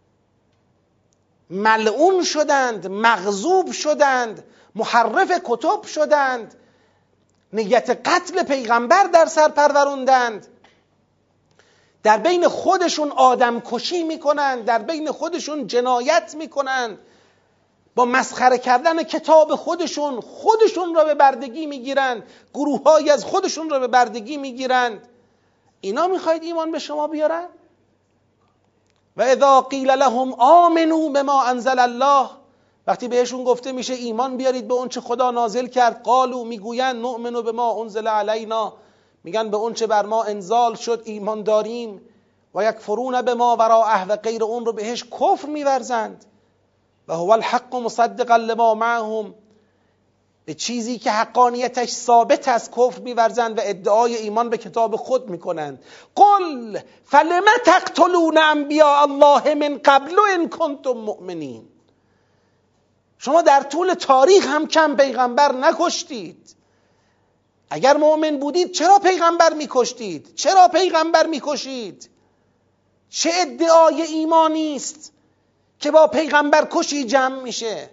ملعون شدند، مغضوب شدند، محرف کتب شدند، نیت قتل پیغمبر در سر پروروندند، در بین خودشون آدم کشی میکنند، در بین خودشون جنایت میکنند، با مسخره کردن کتاب خودشون را به بردگی میگیرند، گروه‌هایی از خودشون را به بردگی میگیرند. اینا میخواید ایمان به شما بیارن؟ و اذا قیل لهم آمنوا بما انزل الله، وقتی بهشون گفته میشه ایمان بیارید به اون چه خدا نازل کرد، قالوا، میگویند نؤمن بما انزل علینا، میگن به اون چه بر ما انزال شد ایمان داریم. و یکفرون بما وراءه، و غیر اون رو بهش کفر میورزند. و هو الحق مصدقا لما معهم، به چیزی که حقانیتش ثابت است کفر میورزند و ادعای ایمان به کتاب خود میکنند. قل فلم تقتلون انبیاء الله من قبل ان کنتم مؤمنین، شما در طول تاریخ هم کم پیغمبر نکشتید. اگر مؤمن بودید چرا پیغمبر میکشتید؟ چرا پیغمبر میکشید؟ چه ادعای ایمانی است که با پیغمبر کشی جمع میشه؟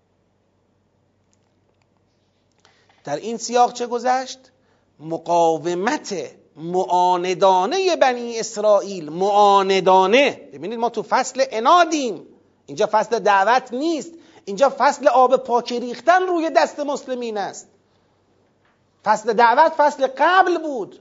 در این سیاق چه گذشت؟ مقاومت معاندانه بنی اسرائیل، معاندانه. ببینید ما تو فصل عنادیم، اینجا فصل دعوت نیست، اینجا فصل آب پاکی ریختن روی دست مسلمین است. فصل دعوت فصل قبل بود.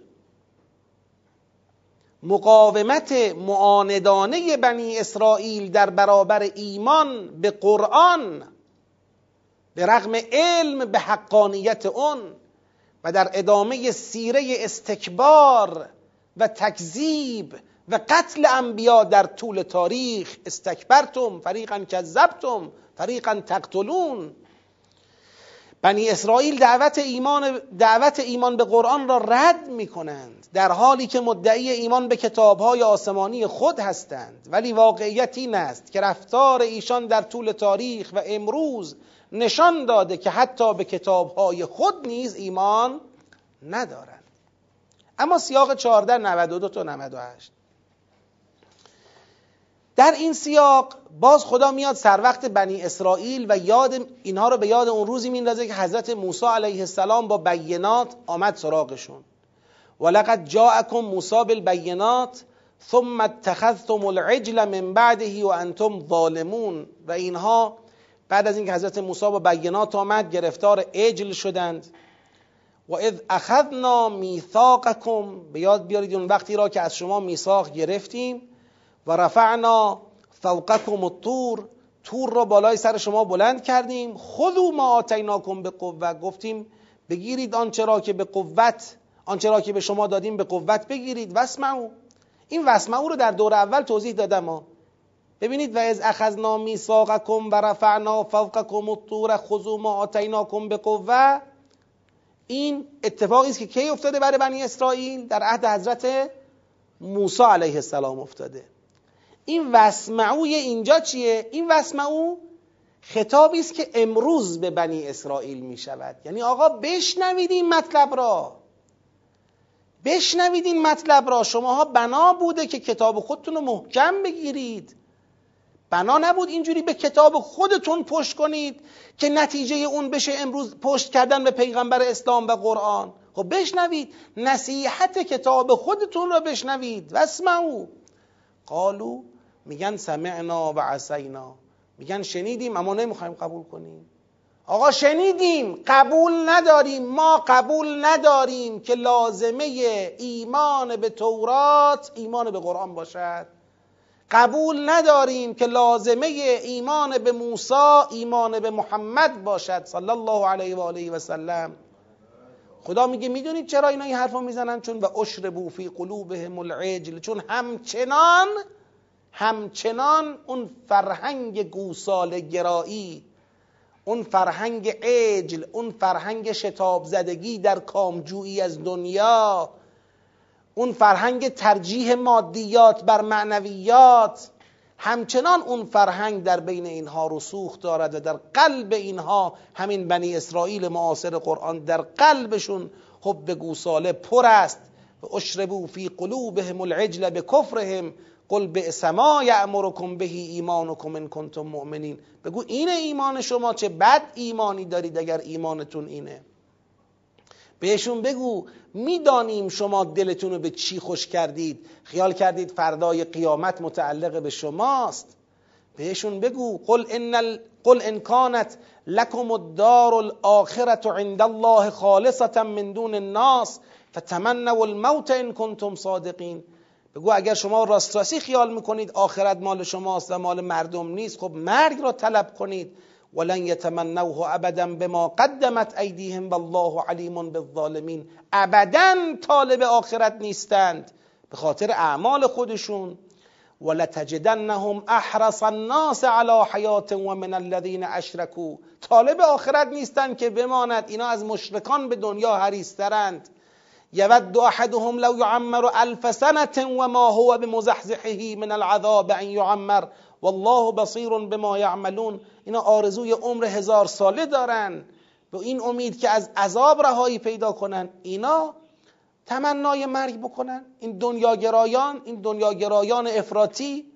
مقاومت معاندانه بنی اسرائیل در برابر ایمان به قرآن، به رغم علم به حقانیت اون، و در ادامه سیره استکبار و تکذیب و قتل انبیا در طول تاریخ. استکبرتم فریقا کذبتم فریقا تقتلون. بنی اسرائیل دعوت ایمان به قرآن را رد می کنند، در حالی که مدعی ایمان به کتابهای آسمانی خود هستند. ولی واقعیت این است که رفتار ایشان در طول تاریخ و امروز نشان داده که حتی به کتابهای خود نیز ایمان ندارند. اما سیاق 14 92 تا 98، در این سیاق باز خدا میاد سر وقت بنی اسرائیل و اینها رو به یاد اون روزی میندازه که حضرت موسی علیه السلام با بینات آمد سراغشون. ولقد جاءکم موسی بالبینات ثم اتخذتم العجل من بعده وانتم ظالمون. و اینها بعد از اینکه حضرت موسی با بینات آمد گرفتار عجل شدند. و اذ اخذنا میثاقکم، به یاد بیارید اون وقتی را که از شما میثاق گرفتیم. و رفعنا فوقکم الطور، طور را بالای سر شما بلند کردیم. خذوا ما آتیناکم بقوة، گفتیم بگیرید آنچه را که به شما دادیم به قوت بگیرید. واسمعوا، این واسمعوا رو در دور اول توضیح دادم ها. ببینید و اذ اخذنا میثاقکم و رفعنا فوقکم الطور خذوا ما آتیناکم بقوة، این اتفاقی است که کی افتاده برای بنی اسرائیل؟ در عهد حضرت موسی علیه السلام افتاده. این واسمعوی اینجا چیه؟ این واسمعو خطابی است که امروز به بنی اسرائیل می شود. یعنی آقا بشنوید این مطلب را، شماها بنا بوده که کتاب خودتون رو محکم بگیرید، بنا نبود اینجوری به کتاب خودتون پشت کنید که نتیجه اون بشه امروز پشت کردن به پیغمبر اسلام و قرآن؟ خب بشنوید، نصیحت کتاب خودتون رو بشنوید. واسمعوا قالوا، میگن سمعنا و عصینا، میگن شنیدیم اما نمیخوایم قبول کنیم. آقا شنیدیم قبول نداریم. ما قبول نداریم که لازمه ایمان به تورات ایمان به قرآن باشد. قبول نداریم که لازمه ایمان به موسی ایمان به محمد باشد صلی الله علیه و آله و سلم. خدا میگه میدونید چرا اینا این حرفو میزنن؟ چون و اشربوا فی قلوبهم العجل، چون همچنان اون فرهنگ گوساله گرایی، اون فرهنگ عجل، اون فرهنگ شتاب زدگی در کامجویی از دنیا، اون فرهنگ ترجیح مادیات بر معنویات، همچنان اون فرهنگ در بین اینها رسوخ دارد و در قلب اینها، همین بنی اسرائیل معاصر قرآن، در قلبشون حب گوساله پر است. و اشربوا فی قلوبهم العجل بکفرهم قل بئس ما یأمرکم به ایمانکم ان کنتم مؤمنین. بگو اینه ایمان شما، چه بد ایمانی دارید اگر ایمانتون اینه. بهشون بگو میدانیم شما دلتون رو به چی خوش کردید، خیال کردید فردای قیامت متعلق به شماست. بهشون بگو قل ان کانت لکم الدار الاخرة عند الله خالصة من دون الناس فتمنوا الموت ان کنتم صادقین. بگو اگر شما راست خیال میکنید آخرت مال شماست و مال مردم نیست، خب مرگ را طلب کنید. ولن یتمنوه ابدا بما قدمت ایدیهم والله علیم بالظالمین. ابدا طالب آخرت نیستند به خاطر اعمال خودشون. ولتجدنهم احرص الناس علی حیات و من الذین اشرکوا. طالب آخرت نیستند که بماند، اینا از مشرکان به دنیا حریص‌ترند. یود احدهم لو یعمر 1000 سنة و ما هو بمزحزحه من العذاب ان یعمر والله بصیر بما یعملون. اینا آرزوی عمر 1000 ساله دارن به این امید که از عذاب رهایی پیدا کنن. اینا تمنای مرگ بکنن، این دنیاگرایان افراطی.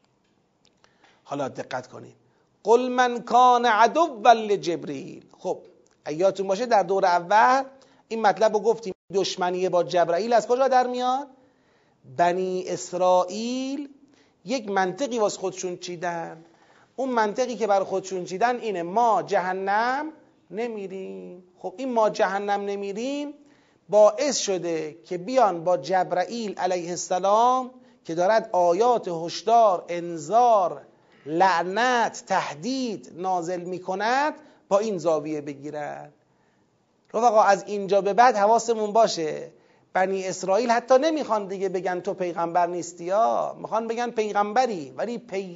حالا دقت کنید، قل من کان عدوا لجبریل. خب یادتون باشه در دور اول این مطلب رو گفتیم، دشمنی با جبرائیل از کجا در میاد؟ بنی اسرائیل یک منطقی واسه خودشون چیدن. اون منطقی که برای خودشون چیدن اینه ما جهنم نمیریم. خب این ما جهنم نمیریم باعث شده که بیان با جبرائیل علیه السلام که دارد آیات هشدار، انذار، لعنت، تهدید نازل میکند با این زاویه بگیرن. رفقا از اینجا به بعد حواسمون باشه، بنی اسرائیل حتی نمیخوان دیگه بگن تو پیغمبر نیستی ها، میخوان بگن پیغمبری، ولی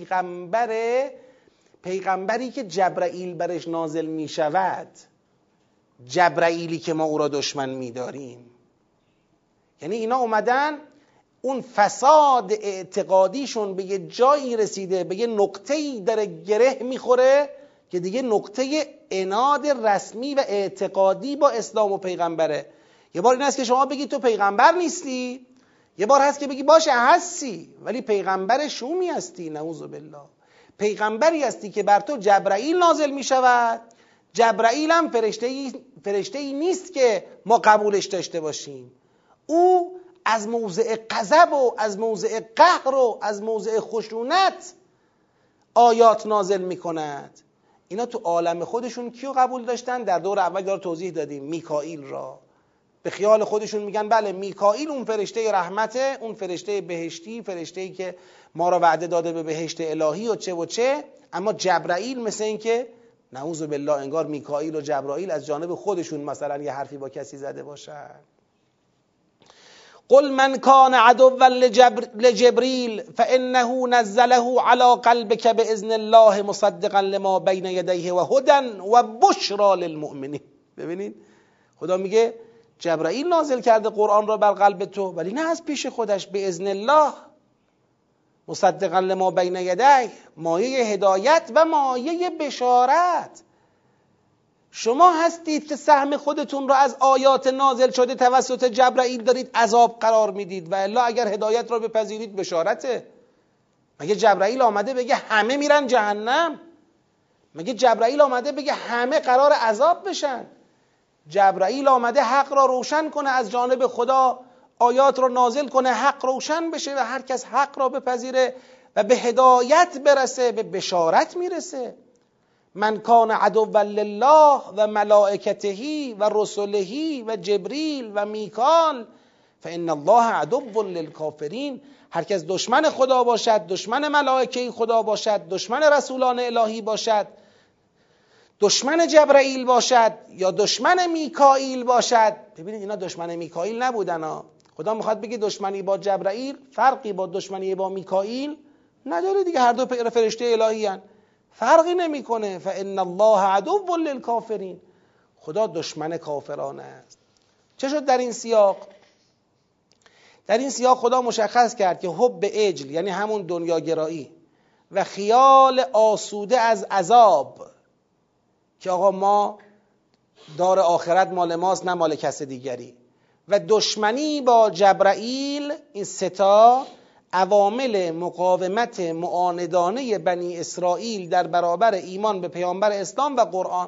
پیغمبری که جبرائیل برش نازل میشود، جبرائیلی که ما او را دشمن میداریم. یعنی اینا اومدن اون فساد اعتقادیشون به یه جایی رسیده، به یه نقطه‌ای در گره میخوره که دیگه نقطه عناد رسمی و اعتقادی با اسلام و پیغمبره. یه بار این هست که شما بگی تو پیغمبر نیستی، یه بار هست که بگی باشه هستی ولی پیغمبر شومی هستی، نعوذ بالله. پیغمبری هستی که بر تو جبرائیل نازل می شود. جبرائیل هم فرشته‌ای نیست که ما قبولش داشته باشیم. او از موضع غضب و از موضع قهر و از موضع خشونت آیات نازل می کند. اینا تو عالم خودشون کیو قبول داشتن؟ در دور اول دار توضیح دادیم، میکائیل را. به خیال خودشون میگن بله میکائیل اون فرشته رحمته، اون فرشته بهشتی، فرشته‌ای که ما را وعده داده به بهشت الهی و چه و چه. اما جبرائیل مثل این که نعوذ بالله انگار میکائیل و جبرائیل از جانب خودشون مثلا یه حرفی با کسی زده باشن. قل من کان عدوا لجبریل فانه نزله على قلبك باذن الله مصدقا لما بین یدیه و هدی و بشرا للمؤمنین. ببینید خدا میگه جبرائیل نازل کرده قرآن را بر قلب تو، ولی نه از پیش خودش، به اذن الله، مصدقا لما بین یدیه، مایه هدایت و مایه بشارت. شما هستید که سهم خودتون را از آیات نازل شده توسط جبرائیل دارید عذاب قرار میدید، و الا اگر هدایت را بپذیرید بشارته. مگه جبرائیل آمده بگه همه میرن جهنم؟ مگه جبرائیل آمده بگه همه قرار عذاب بشن؟ جبرائیل آمده حق را روشن کنه، از جانب خدا آیات را نازل کنه، حق روشن بشه و هر کس حق را بپذیره و به هدایت برسه، به بشارت میرسه. من کان عدوا لله و ملائکته و رسله و جبریل و میکال فان الله عدو للکافرین. هر کس دشمن خدا باشد، دشمن ملائکه خدا باشد، دشمن رسولان الهی باشد، دشمن جبرائیل باشد یا دشمن میکائیل باشد. ببینید اینا دشمن میکائیل نبودن ها. خدا میخواد بگه دشمنی با جبرائیل فرقی با دشمنی با میکائیل نداره دیگه، هر دو فرشته الهی هن، فرقی نمیکنه. فان الله عدو للکافرین، خدا دشمن کافرانه است. چه شد در این سیاق؟ در این سیاق خدا مشخص کرد که حب عجل یعنی همون دنیاگرایی و خیال آسوده از عذاب که آقا ما دار آخرت مال ماست نه مال کس دیگری، و دشمنی با جبرائیل، این ستا عوامل مقاومت معاندانه بنی اسرائیل در برابر ایمان به پیامبر اسلام و قرآن.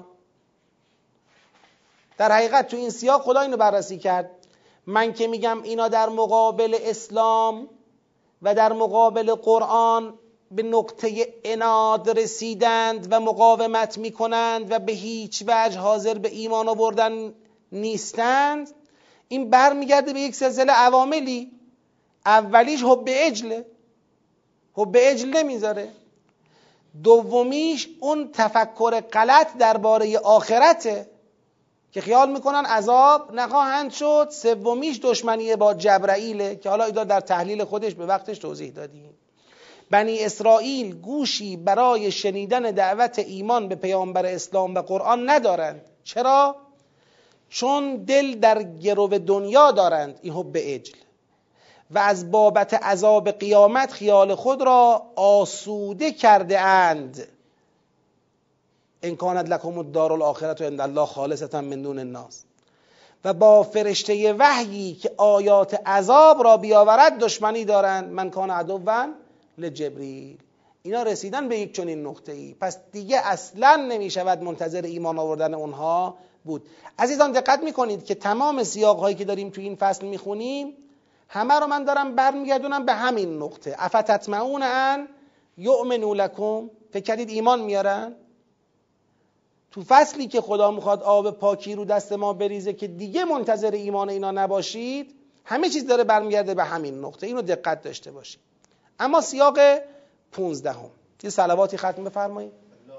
در حقیقت تو این سیاق خدا اینو بررسی کرد. من که میگم اینا در مقابل اسلام و در مقابل قرآن به نقطه عناد رسیدند و مقاومت میکنند و به هیچ وجه حاضر به ایمان آوردن نیستند، این برمیگرده به یک سلسله عواملی. اولیش حب عجله، حب عجل نمیذاره. دومیش اون تفکر غلط درباره آخرته که خیال میکنن عذاب نخواهند شد. سومیش دشمنی با جبرائیله که حالا اینا در تحلیل خودش به وقتش توضیح دادیم. بنی اسرائیل گوشی برای شنیدن دعوت ایمان به پیامبر اسلام و قرآن ندارند. چرا؟ چون دل در گرو دنیا دارند، این حب عجل، و از بابت عذاب قیامت خیال خود را آسوده کرده اند. ان کانت لکم الدار الاخرة عند الله خالصة من دون الناس. و با فرشته وحیی که آیات عذاب را بیاورد دشمنی دارند. من کان عدوا لجبریل. اینا رسیدن به یک چنین نقطه‌ای، پس دیگه اصلا نمیشود منتظر ایمان آوردن اونها بود. عزیزان دقت میکنید که تمام سیاق‌هایی که داریم تو این فصل میخونیم همه رو من دارم برمیگردونم به همین نقطه. افتطمعون ان یؤمنوا لکم، فکر کردید ایمان میارن؟ تو فصلی که خدا میخواد آب پاکی رو دست ما بریزه که دیگه منتظر ایمان اینا نباشید، همه چیز داره برمیگرده به همین نقطه. اینو دقت داشته باشید. اما سیاق 15 یه صلواتی ختم بفرمایید.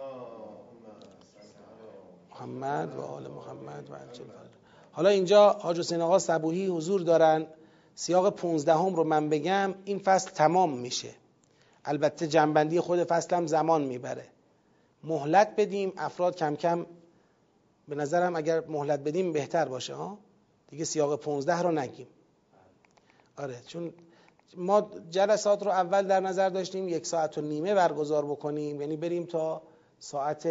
محمد و آل محمد و عجل. حالا اینجا حاج حسین آقا صبوحی حضور دارن. سیاق 15 رو من بگم این فصل تمام میشه. البته جنبندی خود فصل هم زمان میبره. مهلت بدیم، افراد کم کم، به نظرم اگر مهلت بدیم بهتر باشه ها. دیگه سیاق 15 رو نگیم. آره، چون ما جلسات رو اول در نظر داشتیم 1.5 ساعت برگزار بکنیم، یعنی بریم تا ساعت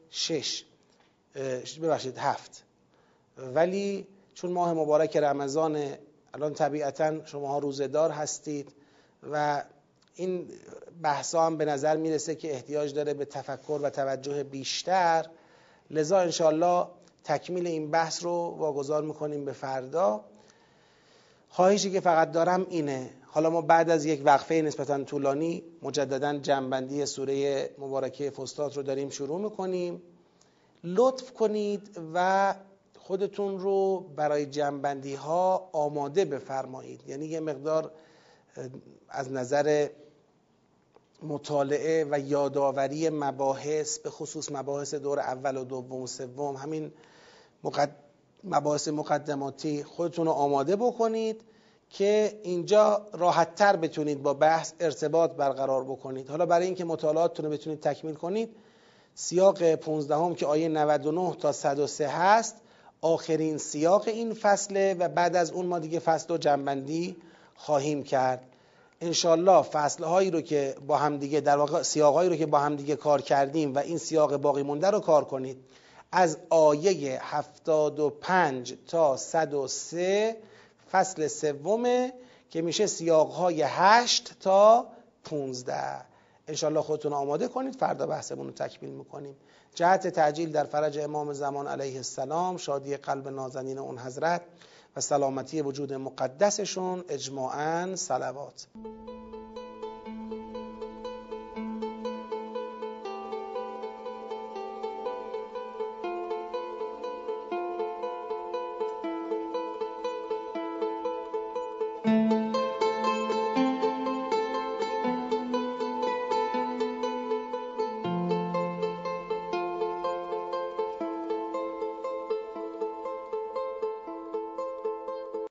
7. ولی چون ماه مبارک رمضان، الان طبیعتا شماها روزه‌دار هستید و این بحثا هم به نظر میرسه که احتیاج داره به تفکر و توجه بیشتر، لذا انشالله تکمیل این بحث رو واگذار میکنیم به فردا. خواهشی که فقط دارم اینه، حالا ما بعد از یک وقفه نسبتا طولانی مجددا جنبندی سوره مبارکه فستاد رو داریم شروع میکنیم. لطف کنید و خودتون رو برای جنبندی ها آماده بفرمایید. یعنی یه مقدار از نظر مطالعه و یادآوری مباحث، به خصوص مباحث دور اول و دوم و سوم، همین مباحث مقدماتی خودتون رو آماده بکنید که اینجا راحت‌تر بتونید با بحث ارتباط برقرار بکنید. حالا برای اینکه مطالعاتتون رو بتونید تکمیل کنید، سیاق 15 که آیه 99 تا 103 هست آخرین سیاق این فصله و بعد از اون ما دیگه فصل رو جنبندی خواهیم کرد. انشالله فصلهایی رو که با هم دیگه، در واقع سیاقهایی رو که با هم دیگه کار کردیم و این سیاق باقی مونده رو کار کنید. از آیه 75 تا 103 فصل سومه که میشه سیاقهای 8 تا 15. انشالله خودتون آماده کنید، فردا بحثمون رو تکمیل میکنیم. جهت تعجیل در فرج امام زمان علیه السلام، شادی قلب نازنین اون حضرت و سلامتی وجود مقدسشون، اجماعاً صلوات.